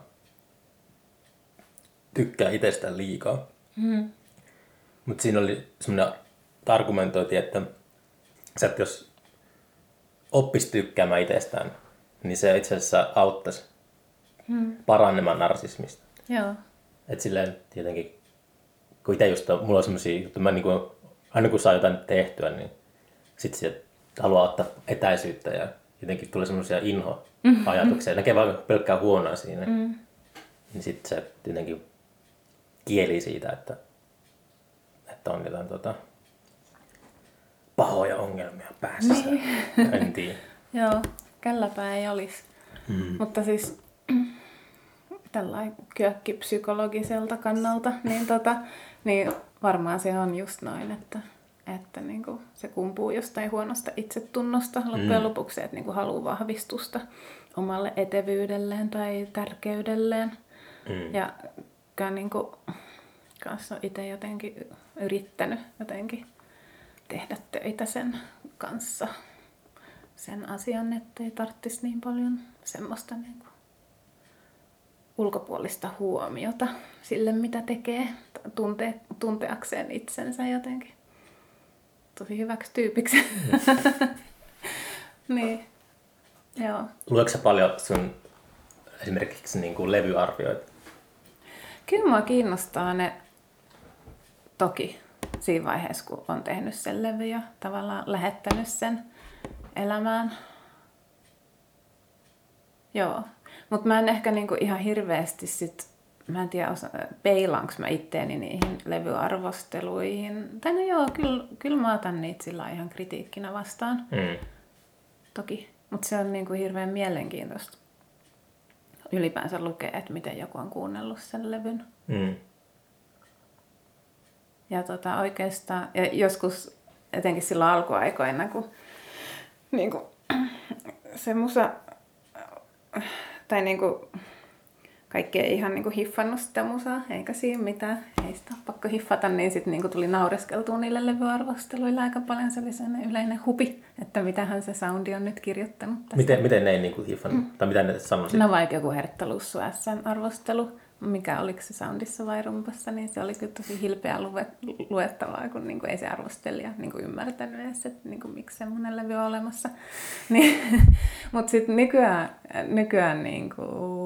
tykkää itsestään liikaa. Mutta siinä oli semmoinen argumentointi, että sä et jos oppisi tykkäämään itsestään, niin se itse asiassa auttaisi parannemaan narsismista. Joo. Et silleen tietenkin, kun itse just mulla on semmosia juttuja, mä niinku, aina kun saa jotain tehtyä, niin sit sieltä haluaa ottaa etäisyyttä ja jotenkin tulee semmosia inho-ajatuksia. Näkee vaan pelkkää huonoa siinä. Niin sit se jotenkin kieli siitä, että on jotain pahoja ongelmia päässä. En tiedä. Joo, källäpä ei olisi. Mutta siis tällainen kyökkipsykologiselta kannalta, niin varmaan se on just noin, että niin kuin se kumpuu jostain huonosta itsetunnosta loppujen lopuksi, että niin kuin haluaa vahvistusta omalle etevyydelleen tai tärkeydelleen. Ja niin kuin, kanssa itse jotenkin yrittänyt jotenkin tehdä töitä sen kanssa, sen asian, ettei tarvitsisi niin paljon semmoista niin kuin ulkopuolista huomiota sille, mitä tekee, tunteakseen itsensä jotenkin tosi hyväksi tyypiksi. Niin, joo. Luetko sä paljon sun esimerkiksi niin kuin levyarvioita? Kyllä mua kiinnostaa ne toki siinä vaiheessa, kun on tehnyt sen levy ja tavallaan lähettänyt sen elämään. Joo. Mutta mä en ehkä niinku ihan hirveästi mä en tiedä, peilaanko mä itteeni niihin levyarvosteluihin. Tai no joo, kyllä mä otan niitä sillä ihan kritiikkinä vastaan. Toki. Mutta se on niinku hirveän mielenkiintoista ylipäänsä lukea, että miten joku on kuunnellut sen levyn. Ja oikeastaan, ja joskus etenkin silloin alkuaikoina, kun niinku, se musa, tai niinku, kaikki ei ihan niinku hiffannut sitä musaa, eikä siinä mitään, ei sitä ole pakko hiffata, niin sitten niinku tuli naureskeltua niille levyarvosteluille aika paljon. Se oli sellainen yleinen hupi, että mitähän se soundi on nyt kirjoittanut tästä. Miten ne ei niinku hiffannut, tai mitä ne sanoisit? No vaikka joku Hertta Lussu S:n arvostelu, mikä oliko se soundissa vai rumpassa, niin se oli kyllä tosi hilpeä luettavaa, kun niinku ei se arvostelija niinku ymmärtänyt edes, että niinku, miksi semmoinen levy on olemassa. Niin, mutta sitten nykyään niinku,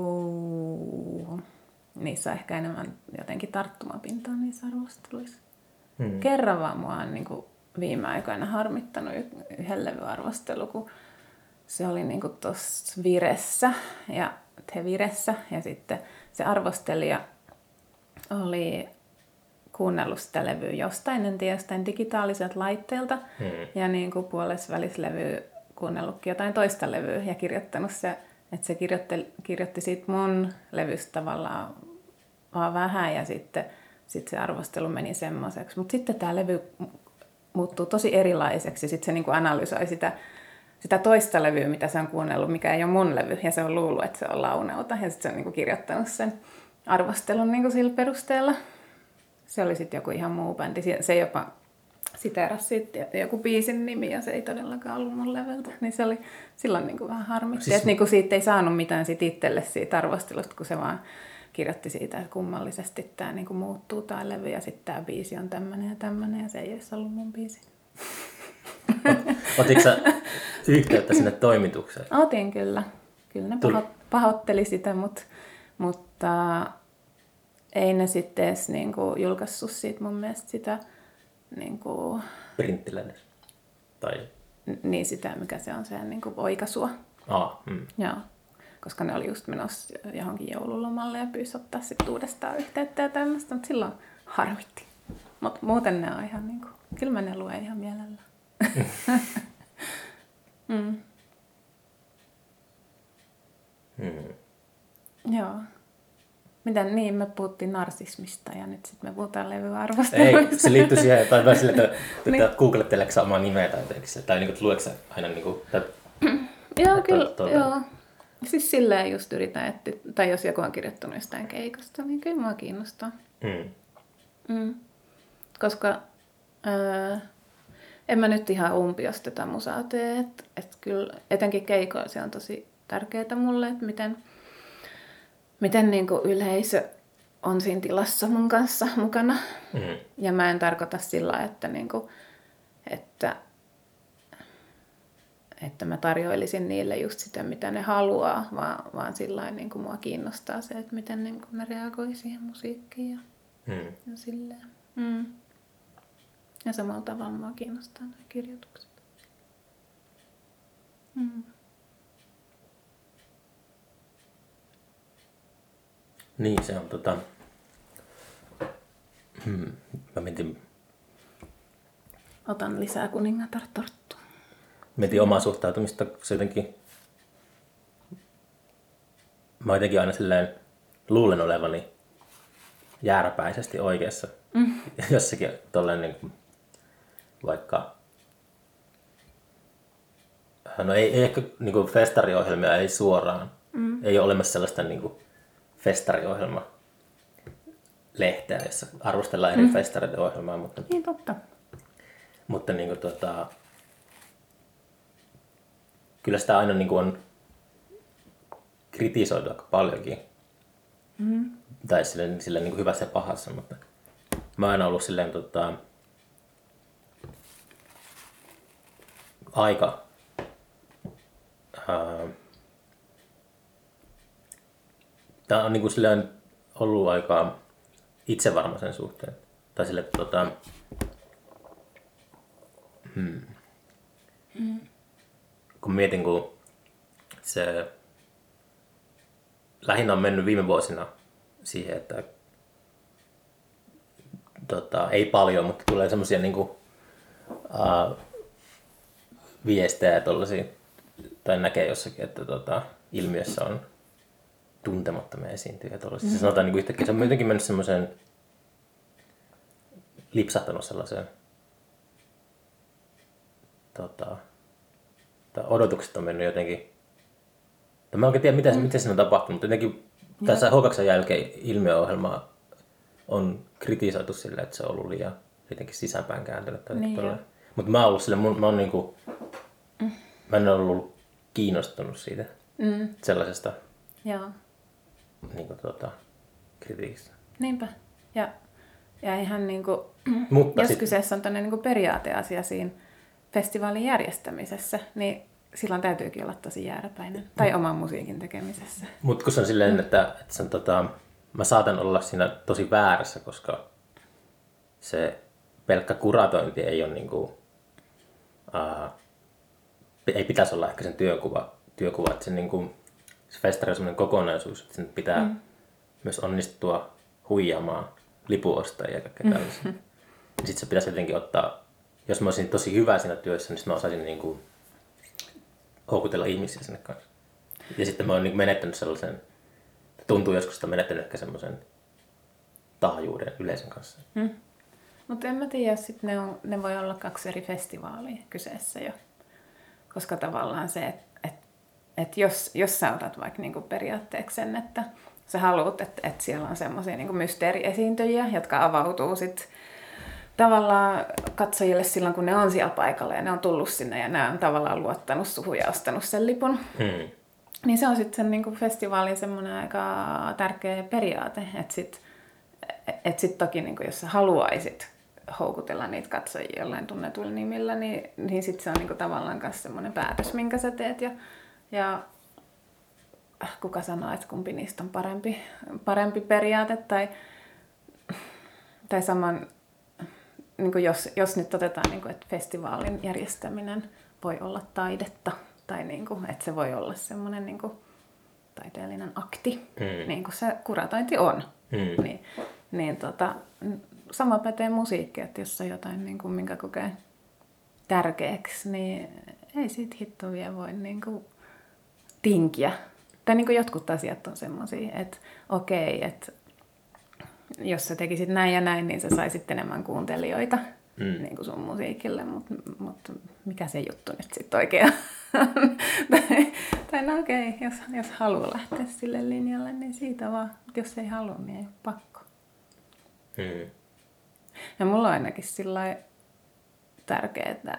niissä on ehkä enemmän jotenkin tarttumapintaa niissä arvosteluissa. Kerran vaan mua on niinku viime aikoina harmittanut yhden levyarvostelu, kun se oli niinku tuossa Viressä ja Viressä ja sitten se arvostelija oli kuunnellut sitä levyä jostain digitaaliselta laitteelta ja niinku puolesvälislevyä kuunnellutkin jotain toista levyä ja kirjoittanut se, että se kirjoitti siitä mun levystä tavallaan vaan vähän ja sitten se arvostelu meni semmoiseksi. Mutta sitten tämä levy muuttuu tosi erilaiseksi ja sitten se niinku analysoi sitä toista levyä, mitä se on kuunnellut, mikä ei ole mun levy, ja se on luullut, että se on Launeuta, ja sitten se on niinku kirjoittanut sen arvostelun niinku sillä perusteella. Se oli sitten joku ihan muu bändi. Se jopa siteerasi siitä joku biisin nimi, ja se ei todellakaan ollut mun levyltä. Niin se oli silloin niinku vähän harmitti, siis että niinku siitä ei saanut mitään itselle siitä arvostelusta, kun se vaan kirjoitti siitä, että kummallisesti tämä niinku muuttuu tämä levy, ja sitten tämä biisi on tämmöinen, ja se ei edes ollut mun biisi. Otitko sä yhteyttä sinne toimitukseen? Otin kyllä. Kyllä ne pahoitteli sitä, mutta ei ne sitten edes niinku julkaissut siitä mun mielestä sitä niinku printtiläinen. Tai niin sitä, mikä se on se niinku oikaisua. Joo. Koska ne oli just menossa johonkin joululomalle ja pyysi ottaa sitten uudestaan yhteyttä ja tämmöistä, mutta silloin harmitti. Mutta muuten ne on ihan niinku, kyllä mä ne luen ihan mielellään. Joo. Miten niin, me puhuttiin narsismista ja nyt sitten me puhutaan levyarvosteluista. Ei, se liittyy siihen, tai vähän sille, että googletteleeko sä omaa nimeä tai jotenkin, tai niinku, luetko sä aina niinku... Joo, kyllä, joo. Siis silleen just yritän, tai jos joku on kirjoittanut jostain keikasta, niin kyllä mua kiinnostaa. Koska en mä nyt ihan umpiosta tätä musaa tee, että kyllä etenkin keikoilla se on tosi tärkeää mulle, että miten niin kuin yleisö on siinä tilassa mun kanssa mukana. Ja mä en tarkoita sillä, että, niin kuin, että mä tarjoilisin niille just sitä, mitä ne haluaa, vaan sillä niin kuin mua kiinnostaa se, että miten niin kuin ne reagoi siihen musiikkiin ja silleen. Ja samalla tavalla mua kiinnostaa nuo kirjoitukset. Niin, se on mä mietin... Otan lisää kuningatar torttua. Mietin omaa suhtautumista, se jotenkin... mä jotenkin aina silleen luulen olevani jääräpäisesti oikeassa. Jossakin tolleen niin kuin, vaikka no ei ehkä niin kuin festariohjelmia ei suoraan. Ei ole olemassa sellaista niin kuin festariohjelma lehteä, jossa arvostellaan eri festareiden ohjelmaa, mutta Niin totta. mutta niin kuin, kyllä sitä aina niin kuin on kritisoitu aika paljonkin. Tai silleen niin kuin hyvässä ja pahassa, mutta mä oon aina ollut silleen aika tää on niin kuin silleen ollut aika itsevarma sen suhteen. Tai sille kun mietin, kun se lähinnä on mennyt viime vuosina siihen, että ei paljon, mutta tulee semmoisia niinku, viestejä tollasia, tai näkee jossakin, että ilmiössä on tuntemattomia esiintyjä tollasia. Se sanotaan niinku yhtäkkiä, se on jotenkin mennyt semmoiseen, lipsahtanut sellaiseen, odotukset on mennyt jotenkin. Mä en oikein tiedä, miten siinä on tapahtunut, mutta jotenkin tässä H2 jälkeen ilmiöohjelmaa on kritisoitu sille, että se on ollut liian jotenkin sisäänpäin kääntynyt. Niin mutta mä oon ollut sille, mä en ole ollut kiinnostunut siitä sellaisesta niin kuin, kritiikistä. Niinpä. Ja ihan niin kuin, mutta jos kyseessä on tämmöinen niin periaateasia siinä festivaalin järjestämisessä, niin silloin täytyykin olla tosi jääräpäinen. Tai oman musiikin tekemisessä. Mutta kun se on silleen, että se on, mä saatan olla siinä tosi väärässä, koska se pelkkä kuratointi ei ole niinku, ei pitäisi olla ehkä sen työkuva että se, niinku, se festari on sellainen kokonaisuus, että sen pitää myös onnistua huijaamaan lipuostajia ja kaikkea tällaisia. Sitten se pitäisi jotenkin ottaa, jos mä olisin tosi hyvä siinä työssä, niin mä osaisin niinku houkutella ihmisiä sinne kanssa. Ja sitten mä oon niinku menettänyt sellaisen, tuntuu joskus, että menettänyt ehkä semmoisen taajuuden yleisön kanssa. Mutta en mä tiedä, jos sit ne voi olla 2 eri festivaalia kyseessä jo. Koska tavallaan se, että jos sä otat vaikka niinku periaatteeksi sen, että sä haluat, että siellä on semmoisia niinku mysteeriesiintyjiä, jotka avautuu sit tavallaan katsojille silloin, kun ne on siellä paikalla ja ne on tullut sinne ja ne on tavallaan luottanut suhun ja ostanut sen lipun. Niin se on sitten sen niinku festivaalin semmoinen aika tärkeä periaate, että sit toki niinku, jos sä haluaisit houkutella niitä katsojia jollain tunnetuilla nimillä, niin sit se on niinku tavallaan myös semmoinen päätös, minkä sä teet. Ja kuka sanoo, että kumpi niistä on parempi periaate tai saman, niin jos nyt otetaan, niin kuin, että festivaalin järjestäminen voi olla taidetta tai niin kuin, että se voi olla semmoinen niin kuin taiteellinen akti, niin kuin se kuratointi on. Niin, sama pätee musiikki, että jos on jotain, niin kuin, minkä kokee tärkeäksi, niin ei siitä hittoa voi niin kuin tinkiä. Tai niin kuin jotkut asiat on semmoisia, että okei, että jos sä tekisit näin ja näin, niin sä saisit enemmän kuuntelijoita niin kuin sun musiikille, mutta mikä se juttu nyt sitten oikein on? tai no okei, jos haluaa lähteä sille linjalle, niin siitä vaan. Jos ei halua, niin ei ole pakko. Ja mulla on ainakin sillai tärkeää, että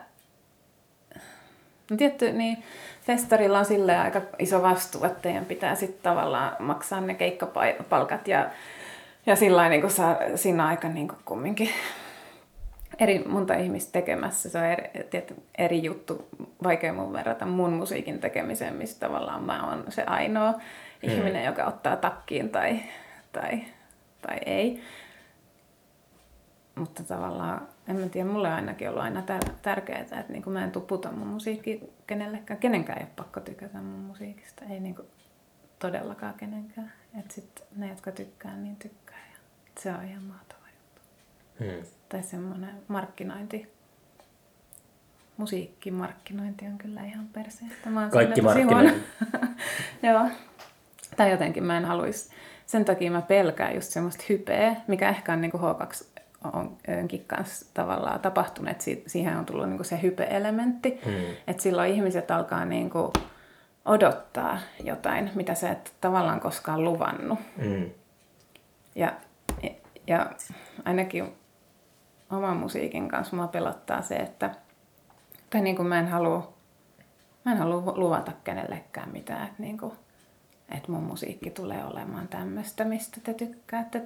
no tietty, niin festarilla on silleen aika iso vastuu, että teidän pitää sitten tavallaan maksaa ne keikkapalkat ja sillä niin saa siinä aika niin kumminkin monta ihmistä tekemässä. Se on eri juttu, vaikea mun verrata mun musiikin tekemiseen, missä tavallaan mä oon se ainoa ihminen, joka ottaa takkiin tai ei. Mutta tavallaan, en mä tiedä, mulle on ainakin ollut aina tärkeää, että niin mä en tuputa mun musiikki kenellekään. Kenenkään ei ole pakko tykätä mun musiikista, ei niin todellakaan kenenkään. Että sitten ne, jotka tykkää, niin tykkää. Ja se on ihan mahtava juttu. Tai semmoinen markkinointi. Musiikkimarkkinointi on kyllä ihan perseestä. Kaikki markkinointi. Joo. Tai jotenkin mä en haluaisi, sen takia mä pelkään just semmoista hypeä, mikä ehkä on niinku H2Onkin kanssa tavallaan tapahtunut, että siihen on tullut niinku se hype-elementti, että silloin ihmiset alkaa niinku odottaa jotain, mitä sä et tavallaan koskaan luvannut. Ja ainakin oman musiikin kanssa mua pelottaa se, että tai niinku mä en halua luvata kenellekään mitään, että niinku että mun musiikki tulee olemaan tämmöistä, mistä te tykkäätte,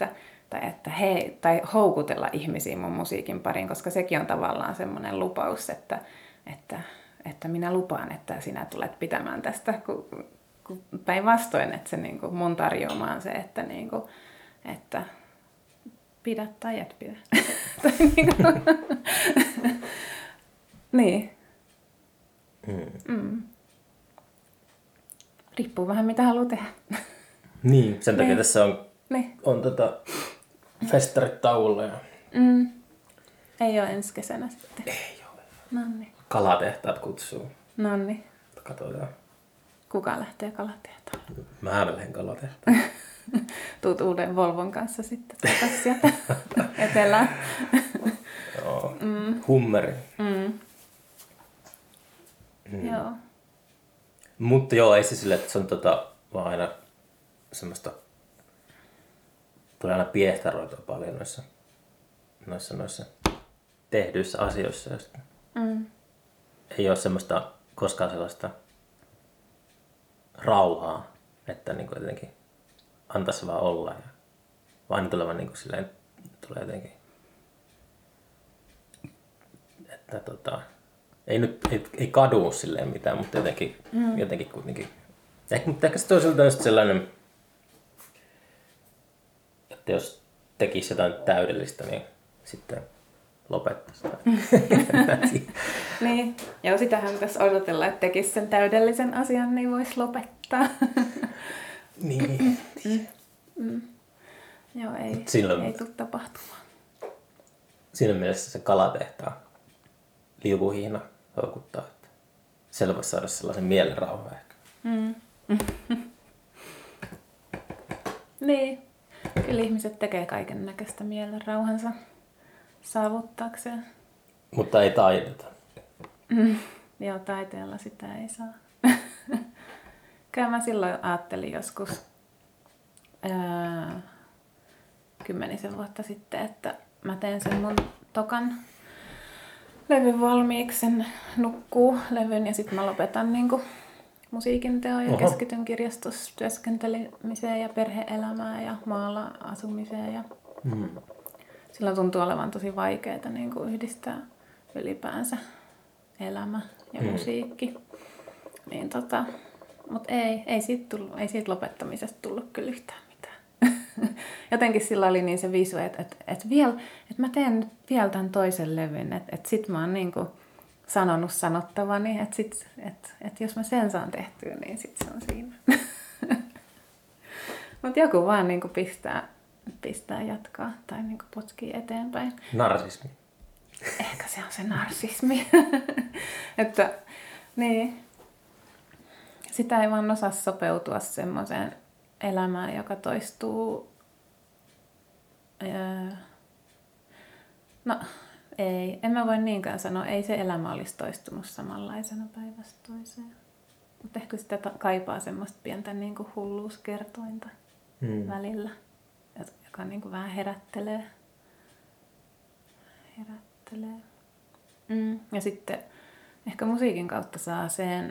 tai houkutella ihmisiä mun musiikin pariin, koska sekin on tavallaan semmoinen lupaus, että minä lupaan, että sinä tulet pitämään tästä, kun päinvastoin, että se niinku mun tarjoama on se, että pidä tai et pidä. Niin. Riippuu vähän mitä haluaa tehdä. Niin, sen takia tässä on festarit tauolla. Ja... Ei ole ensi kesänä sitten. Ei ole. Nonni. Kalatehtaat kutsuu. Nonni. Katsotaan. Kuka lähtee kalatehtaalle? Mä lähden kalatehtaalle. Tuut uuden Volvon kanssa sitten takaisin sieltä etelään. Joo, hummeri. Joo. Mutta joo, ei se sille, että se on vaan aina semmoista, tulee aina piehtaroitua paljon noissa tehdyissä asioissa. Ei ole semmoista koskaan sellaista rauhaa, että niinku jotenkin antaisi vaan olla. Vaan tulee vaan niinku silleen, tulee jotenkin, että ei kadu silleen mitään, mutta jotenkin kuitenkin. Ehkä se toisaalta on sellainen, että jos tekisi jotain täydellistä, niin sitten lopettaisi. Niin, ja sitähän tässä odotellaan, että tekisi sen täydellisen asian, niin voisi lopettaa. Niin. Joo, ei tule tapahtumaan. Siinä mielessä se kalatehtaan liukuhihna houkuttaa, että selvästi saada sellaisen mielenrauhan ehkä. Niin. Kyllä ihmiset tekee kaiken näköistä mielenrauhansa saavuttaakseen. Mutta ei taideta. Joo, taiteella sitä ei saa. Kyllä mä silloin ajattelin joskus 10 vuotta sitten, että mä teen sen mun tokan levyn valmiiksi, sen nukkuu-levyn ja sitten mä lopetan niinku musiikin teon ja keskityn kirjastossa työskentelemiseen ja perhe-elämään ja maalla asumiseen. Ja silloin tuntuu olevan tosi vaikeaa niinku yhdistää ylipäänsä elämä ja musiikki. Niin mutta ei siitä lopettamisesta tullut kyllä yhtään mitään. Jotenkin sillä oli niin se visu, että mä teen nyt vielä tämän toisen levyn, että sit mä oon niinku sanonut sanottavani, että jos mä sen saan tehtyä, niin sit se on siinä. Mutta joku vaan niinku pistää jatkaa tai niinku potkii eteenpäin. Narsismi. Ehkä se on se narsismi. Että niin. Sitä ei vaan osaa sopeutua semmoiseen elämään, joka toistuu. No ei, en mä voi niinkään sanoa. Ei se elämä olisi toistunut samanlaisena päivästä toiseen. Mutta ehkä sitä kaipaa semmoista pientä niinku hulluuskertointa välillä, joka niinku vähän herättelee. Ja sitten ehkä musiikin kautta saa sen,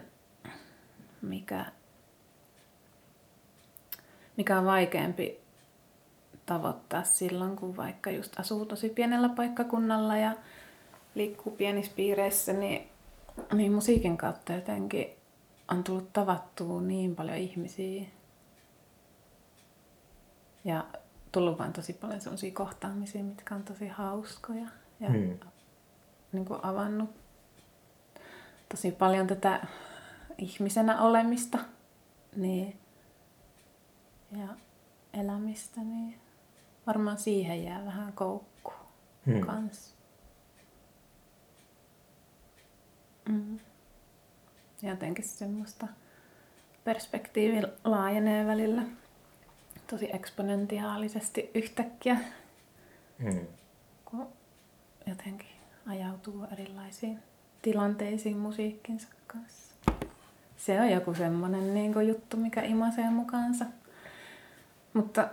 mikä on vaikeampi tavoittaa silloin, kun vaikka just asuu tosi pienellä paikkakunnalla ja liikkuu pienissä piireissä, niin musiikin kautta jotenkin on tullut tavattua niin paljon ihmisiä ja tullut vaan tosi paljon sellaisia kohtaamisia, mitkä on tosi hauskoja ja niin kuin avannut tosi paljon tätä ihmisenä olemista niin, ja elämistä, niin varmaan siihen jää vähän koukkuun kanssa. Jotenkin semmoista perspektiivi laajenee välillä tosi eksponentiaalisesti yhtäkkiä, kun jotenkin ajautuu erilaisiin tilanteisiin musiikkinsa kanssa. Se on joku semmoinen niin kuin juttu, mikä imasee mukaansa. Mutta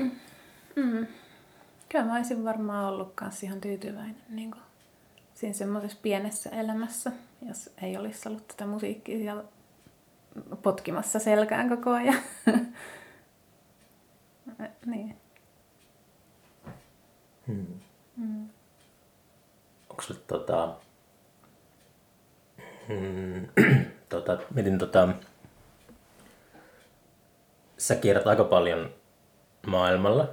kyllä mä olisin varmaan ollut kans ihan tyytyväinen niin kuin siinä semmoisessa pienessä elämässä, jos ei olisi ollut tätä musiikkia siellä potkimassa selkään koko ajan. Niin. Onko sulle mietin sä kierrät aika paljon maailmalla.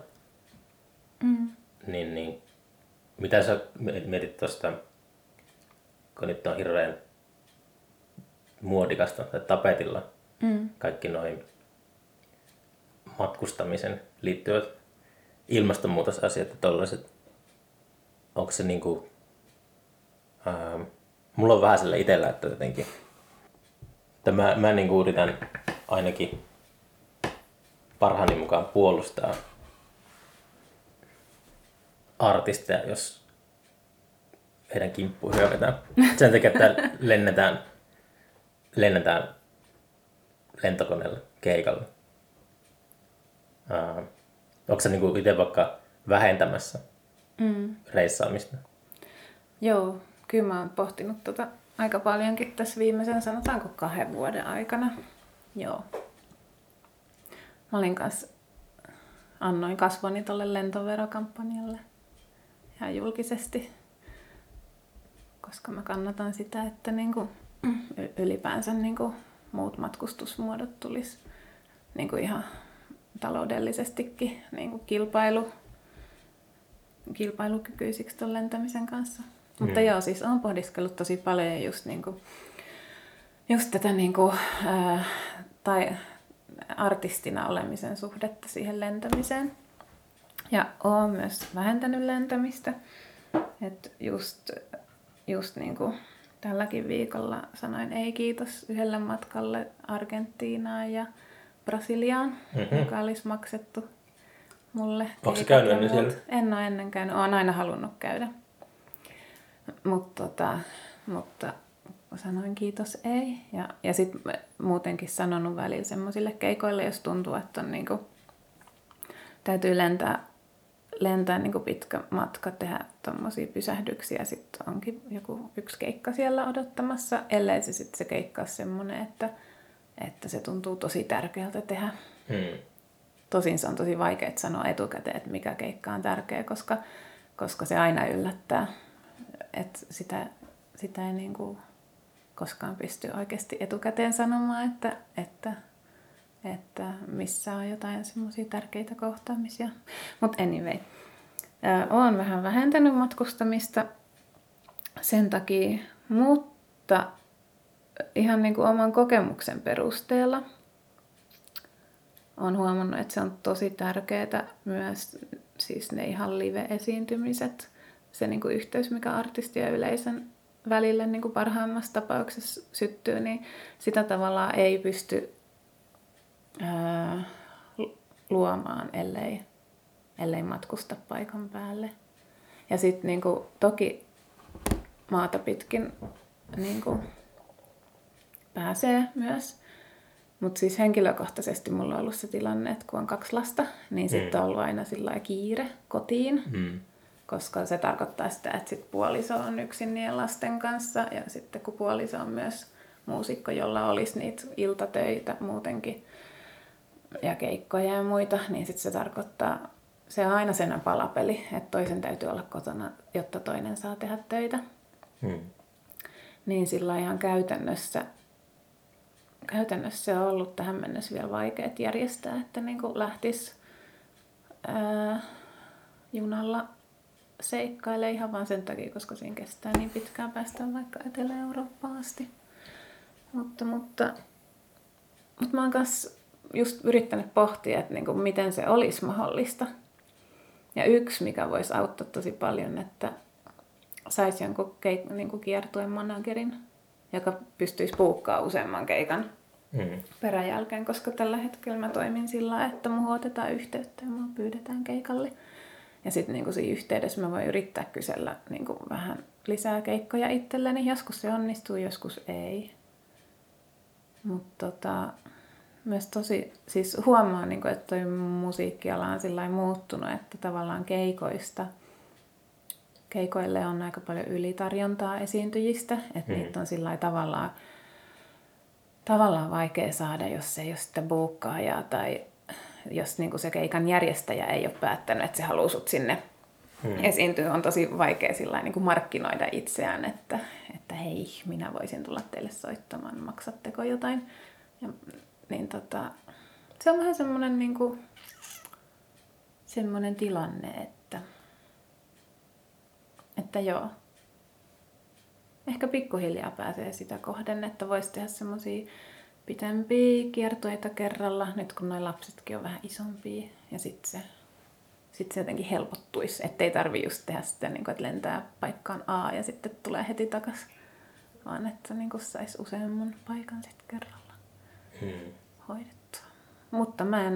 Niin mitä sä mietit tosta, kun nyt on hirveän muodikasta tai tapetilla kaikki noin matkustamisen liittyvät ilmastonmuutosasiat ja tollaiset. Onko se niinku mulla on vähän sillä itsellä, että jotenkin että mä niinku yritän ainakin parhaani mukaan puolustaa artisteja, jos heidän kimppuun hyökätään. Sen takia, että lennetään lentokoneella keikalle. Onko sä niinku itse vaikka vähentämässä reissaamista? Joo, kyllä mä oon pohtinut aika paljonkin tässä viimeisen, sanotaanko 2 vuoden aikana. Joo. Mä olin kanssa, annoin kasvoni tolle lentoverokampanjalle ihan julkisesti, koska mä kannatan sitä, että niinku ylipäänsä niinku muut matkustusmuodot tulisi niinku ihan taloudellisestikin niinku kilpailukykyisiksi ton lentämisen kanssa. Mutta joo, siis olen pohdiskellut tosi paljon just tätä tai artistina olemisen suhdetta siihen lentämiseen. Ja olen myös vähentänyt lentämistä. Et just niinku tälläkin viikolla sanoin ei kiitos yhdelle matkalle Argentiinaan ja Brasiliaan, joka olisi maksettu mulle. Onko se käynyt ennen siellä? En ole ennen käynyt. Olen aina halunnut käydä. Mutta sanoin kiitos ei. Ja sitten muutenkin sanonut välillä semmoisille keikoille, jos tuntuu, että on niinku, täytyy lentää niinku pitkä matka, tehdä tommosia pysähdyksiä. Sitten onkin joku yksi keikka siellä odottamassa, ellei se sitten se keikka ole semmoinen, että se tuntuu tosi tärkeältä tehdä. Tosin se on tosi vaikea sanoa etukäteen, että mikä keikka on tärkeä, koska se aina yllättää. Että sitä ei niinku koskaan pysty oikeasti etukäteen sanomaan, että missä on jotain semmoisia tärkeitä kohtaamisia. Mutta anyway, olen vähän vähentänyt matkustamista sen takia, mutta ihan niinku oman kokemuksen perusteella olen huomannut, että se on tosi tärkeää myös siis ne ihan live-esiintymiset. Se niin kuin yhteys, mikä artistin ja yleisön välille niin kuin parhaimmassa tapauksessa syttyy, niin sitä tavallaan ei pysty luomaan, ellei matkusta paikan päälle. Ja sitten niin kuin, toki maata pitkin niin kuin, pääsee myös. Mutta siis henkilökohtaisesti mulla on ollut se tilanne, että kun on 2 lasta, niin sitten on ollut aina sillä kiire kotiin. Koska se tarkoittaa sitä, että sit puoliso on yksin niiden lasten kanssa ja sitten kun puoliso on myös muusikko, jolla olisi niitä iltatöitä muutenkin ja keikkoja ja muita, niin sitten se tarkoittaa, se on aina sen palapeli, että toisen täytyy olla kotona, jotta toinen saa tehdä töitä. Niin sillä ihan käytännössä on ollut tähän mennessä vielä vaikea järjestää, että niin kuin lähtisi junalla seikkailee ihan vaan sen takia, koska siinä kestää niin pitkään päästä vaikka Etelä-Eurooppaan asti. Mutta mä oon kanssa just yrittänyt pohtia, että niinku, miten se olisi mahdollista. Ja yksi, mikä voisi auttaa tosi paljon, että saisi jonkun niinku kiertueen managerin, joka pystyisi buukkaamaan useamman keikan peräjälkeen, koska tällä hetkellä mä toimin sillä lailla, että mun otetaan yhteyttä ja mua pyydetään keikalle. Ja sitten niinku siinä yhteydessä mä voin yrittää kysellä niinku vähän lisää keikkoja itselleni. Joskus se onnistuu, joskus ei. Mutta myös siis huomaan, niinku, että toi musiikkiala on sillä lailla muuttunut, että tavallaan keikoille on aika paljon ylitarjontaa esiintyjistä. Että niitä on sillä lailla tavallaan vaikea saada, jos ei ole sitä buukkaajaa tai jos niinku se keikan järjestäjä ei ole päättänyt, että se haluaa sut sinne esiintyä. On tosi vaikea sillä niinku markkinoida itseään, että hei, minä voisin tulla teille soittamaan, maksatteko jotain. Ja, niin se on vähän semmoinen niinku, semmoinen tilanne, että joo. Ehkä pikkuhiljaa pääsee sitä kohden, että voisi tehdä semmosia pitempiä kiertueita kerralla, nyt kun noi lapsetkin on vähän isompia. Ja sit se jotenkin helpottuisi, ettei tarvii just tehdä sitä, niin kuin, että lentää paikkaan A ja sitten tulee heti takas. Vaan että niin saisi useamman paikan sitten kerralla hoidettua. Mutta mä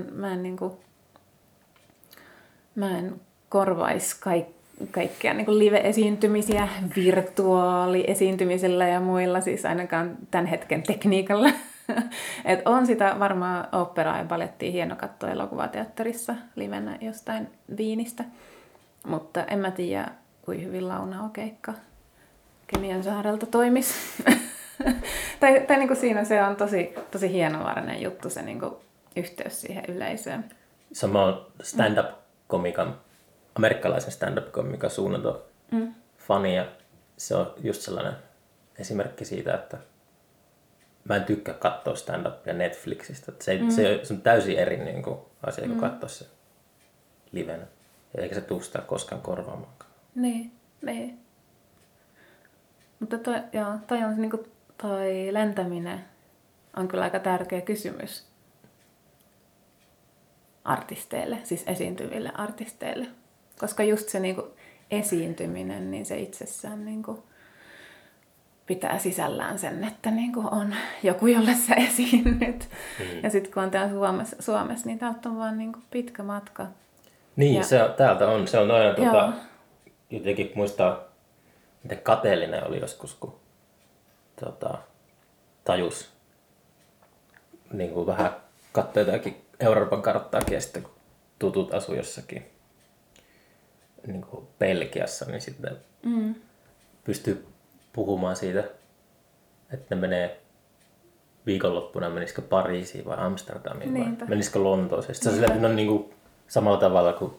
en korvaisi kaikkia niin kuin live-esiintymisiä virtuaaliesiintymisellä ja muilla, siis ainakaan tämän hetken tekniikalla. Et on sitä varmaan oopperaa ja balettia hieno katsoa elokuvateatterissa livenä jostain Viinistä, mutta en mä tiedä, kuin hyvin Launao-keikka Kemiansaarelta toimisi. tai niin kuin siinä se on tosi hienovarainen juttu, se niin kuin yhteys siihen yleisöön. Sama stand-up-komikan, amerikkalaisen stand-up-komikan suunnaton fani, ja se on just sellainen esimerkki siitä, että mä en tykkää katsoa stand-upia Netflixistä. Se on täysin eri niin kuin asia, kun katsoa se livenä. Eikä se tule sitä koskaan korvaamaankaan. Niin. Mutta toi on niin kuin, toi lentäminen on kyllä aika tärkeä kysymys artisteille, siis esiintyville artisteille. Koska just se niin kuin esiintyminen, niin se itsessään niin kuin pitää sisällään sen, että niin kuin on joku, jolle sä esiinnyt. Ja sitten kun on täällä Suomessa, niin täältä on vaan niin kuin pitkä matka. Niin, täältä on. Se on aina jotenkin muistaa, miten kateellinen oli joskus, kun tajus niin kuin vähän katsoi jotakin Euroopan karttaakin, ja sitten kun tutut asui jossakin niin kuin Belgiassa, niin sitten pystyy puhumaan siitä, että ne menee viikonloppuna, menisikö Pariisiin vai Amsterdamiin vai menisikö Lontooseen. Se on sillä, että ne on niin kuin samalla tavalla kuin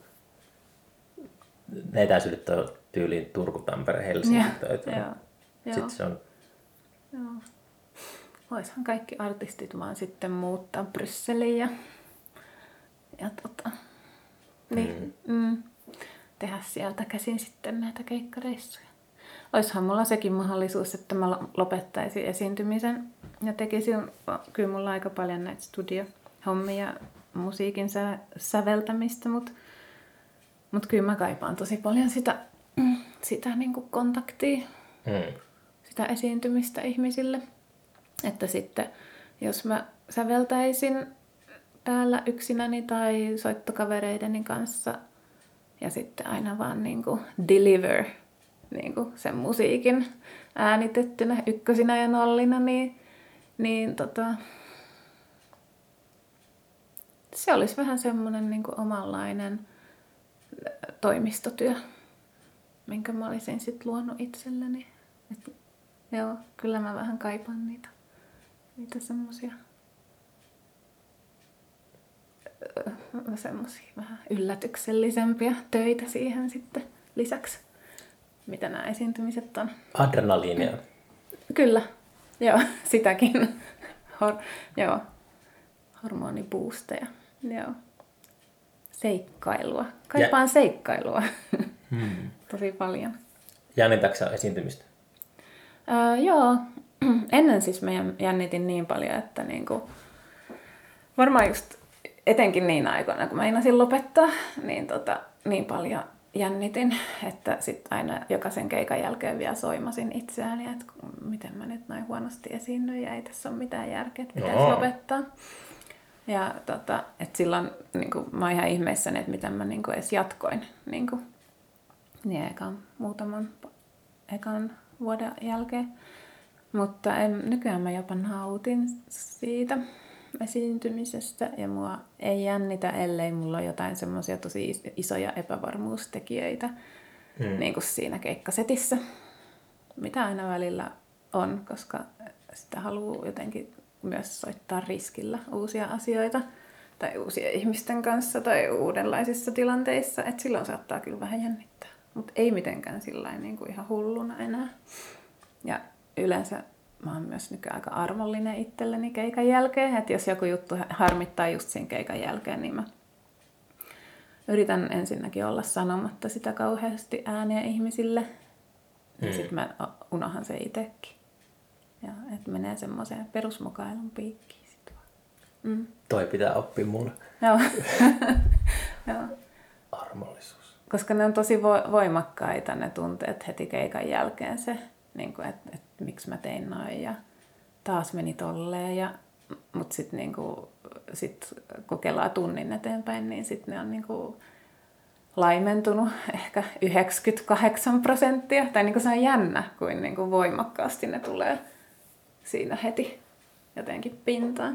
ne etäisyydet on tyyliin Turku, Tampere, Helsinki. Sitten se on... Joo. Voishan kaikki artistit vaan sitten muuttaa Brysseliin ja tehdä sieltä käsin sitten näitä keikkareissuja. Oishan mulla sekin mahdollisuus, että mä lopettaisin esiintymisen ja tekisin kyllä mulla aika paljon näitä studiohommia, musiikin säveltämistä, mutta kyllä mä kaipaan tosi paljon sitä niin kuin kontaktia, sitä esiintymistä ihmisille. Että sitten jos mä säveltäisin täällä yksinäni tai soittokavereideni kanssa ja sitten aina vaan niin kuin deliver niin kuin sen musiikin äänitettynä ykkösinä ja nollina, niin se olisi vähän semmoinen niin kuin omanlainen toimistotyö, minkä mä olisin sitten luonut itselleni. Joo, kyllä mä vähän kaipaan niitä semmosia vähän yllätyksellisempiä töitä siihen sitten lisäksi, mitä nämä esiintymiset on. Adrenaliinia. Kyllä, joo, sitäkin. Joo, hormonibuusteja, joo. Seikkailua. Kaipaan seikkailua tosi paljon. Jännitätkö sä esiintymistä? Joo, ennen siis mä jännitin niin paljon, että niinku, varmaan just etenkin niin aikoina, kun mä meinasin lopettaa, niin paljon jännitin, että sitten aina jokaisen keikan jälkeen vielä soimasin itseäni, että miten mä nyt noin huonosti esiinnyin ja ei tässä ole mitään järkeä, että pitäisi lopettaa. Ja että silloin niin kuin, mä oon ihan ihmeissäni, että miten mä niin kuin, edes jatkoin niin ekan vuoden jälkeen. Mutta nykyään mä jopa nautin siitä esiintymisestä ja mua ei jännitä, ellei mulla ole jotain semmoisia tosi isoja epävarmuustekijöitä niin kuin siinä keikkasetissä, mitä aina välillä on, koska sitä haluaa jotenkin myös soittaa riskillä uusia asioita tai uusien ihmisten kanssa tai uudenlaisissa tilanteissa, että silloin saattaa kyllä vähän jännittää, mutta ei mitenkään sillain niin kuin ihan hulluna enää. Ja yleensä mä oon myös nykyään aika armollinen itselleni keikan jälkeen, että jos joku juttu harmittaa just siinä keikan jälkeen, niin mä yritän ensinnäkin olla sanomatta sitä kauheasti ääneen ihmisille, ja sitten mä unohan se itsekin. Ja että menee semmoiseen perusmokailun piikkiin sit vaan. Toi pitää oppia mulle. Joo. Joo. Armollisuus. Koska ne on tosi voimakkaita ne tunteet heti keikan jälkeen se, niin että miksi mä tein noin ja taas meni tolleen. Mutta sitten kun kelaa tunnin eteenpäin, niin sitten ne on laimentunut ehkä 98%. Tai se on jännä, kuin voimakkaasti ne tulee siinä heti jotenkin pintaan.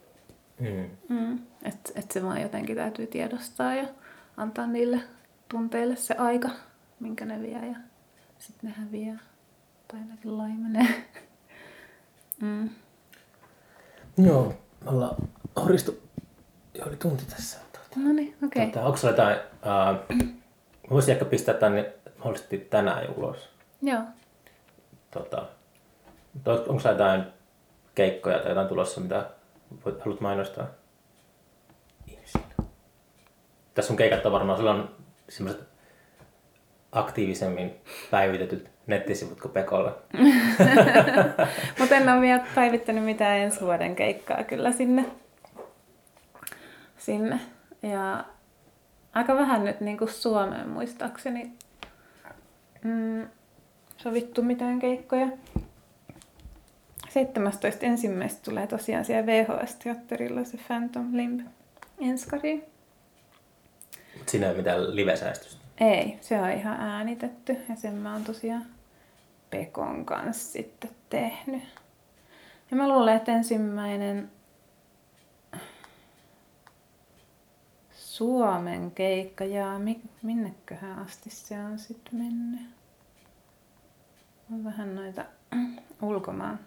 Että se vaan jotenkin täytyy tiedostaa ja antaa niille tunteille se aika, minkä ne vie ja sitten ne häviää. Tai ainakin laimenee. Joo, me ollaan horistu oli tunti tässä. No niin, okei. Okay. Onko sulla jotain, voisin ehkä pistää tänne mahdollisesti tänään jo ulos. Joo. Onko sulla jotain keikkoja tai jotain tulossa, mitä haluat mainostaa ihmisille? Tässä on keikat on varmaan, sulla on sellaiset aktiivisemmin päivitetyt nettisivut kuin Pekolla. Mutta en ole vielä päivittänyt mitään ensi vuoden keikkaa kyllä sinne. Ja aika vähän nyt niin kuin Suomeen muistaakseni sovittu mitään keikkoja. 17.1. tulee tosiaan siellä VHS-teatterilla se Phantom Limb enskari. Mutta siinä ei ole mitään live-säästystä? Ei, se on ihan äänitetty ja sen mä oon tosiaan Pekon kanssa sitten tehnyt. Ja mä luulen, että ensimmäinen Suomen keikka, ja minneköhän asti se on sitten mennyt? On vähän noita ulkomaan.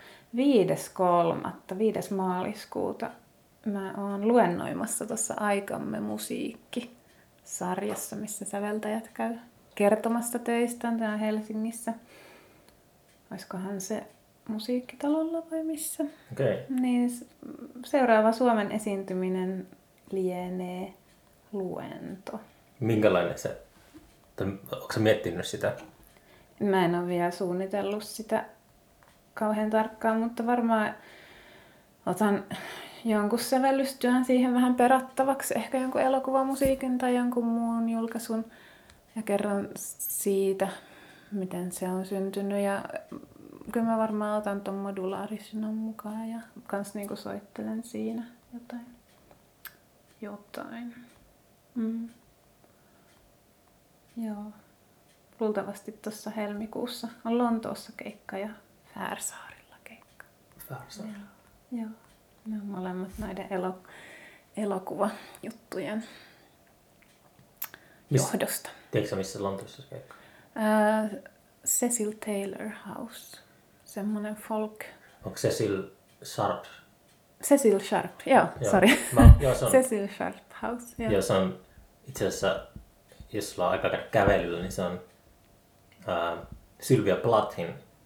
5. maaliskuuta mä oon luennoimassa tuossa Aikamme musiikki-sarjassa, missä säveltäjät käy kertomassa töistään täällä Helsingissä. Olisikohan se Musiikkitalolla vai missä? Okay. Niin seuraava Suomen esiintyminen lienee luento. Minkälainen se? Onko sä miettinyt sitä? Mä en ole vielä suunnitellut sitä kauhean tarkkaan, mutta varmaan otan jonkun sävellystyön siihen vähän perattavaksi. Ehkä jonkun elokuvamusiikin tai jonkun muun julkaisun. Ja kerron siitä, miten se on syntynyt. Ja kyllä mä varmaan otan ton modulaarisinon mukaan ja kans niinku soittelen siinä jotain. Joo. Luultavasti tuossa helmikuussa on Lontoossa keikka ja Färsaarilla keikka. Färsaar. Joo. Ne on molemmat näiden elokuvajuttujen johdosta. Tiedätkö missä Lontoossa keikka? Cecil Taylor House. Semmoinen folk. Onko Cecil Sharp? Cecil Sharp, joo. Sorry. Cecil Sharp House. Joo, se on itse asiassa, jos sulla on aika kävelyllä, niin se on Sylvia Plathin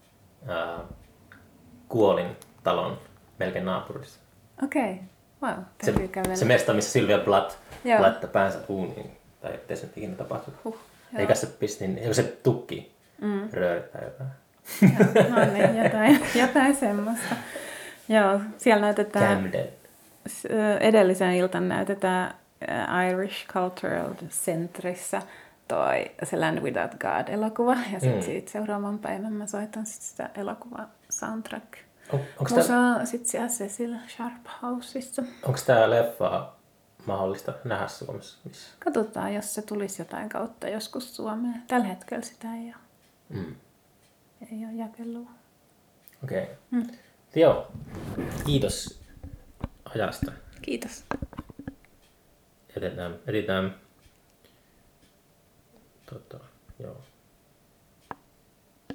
kuolin talon melkein naapurissa. Okei, wow, täytyy kävellä. Se mesta, missä Sylvia Plath laittaa päänsä uuniin, tai ettei se nyt ikinä tapahtunut. Eikä se pisti, eikö se tukki röörit tai jotain. No niin, jotain semmoista. Joo, siellä näytetään, Camden. Edellisen iltan näytetään Irish Cultural Centerissä se Land Without God-elokuva. Ja sitten siitä seuraavan päivän mä soitan sit sitä elokuva soundtrack. Musaa sitten siellä Cecil Sharp Houseissa. Onko tämä leffa mahdollista nähdä Suomessa? Missä? Katsotaan, jos se tulisi jotain kautta joskus Suomeen. Tällä hetkellä sitä ei ole. Ei ole jakelua. Okei. Joo. Kiitos ajasta. Kiitos. Edetään. Joo.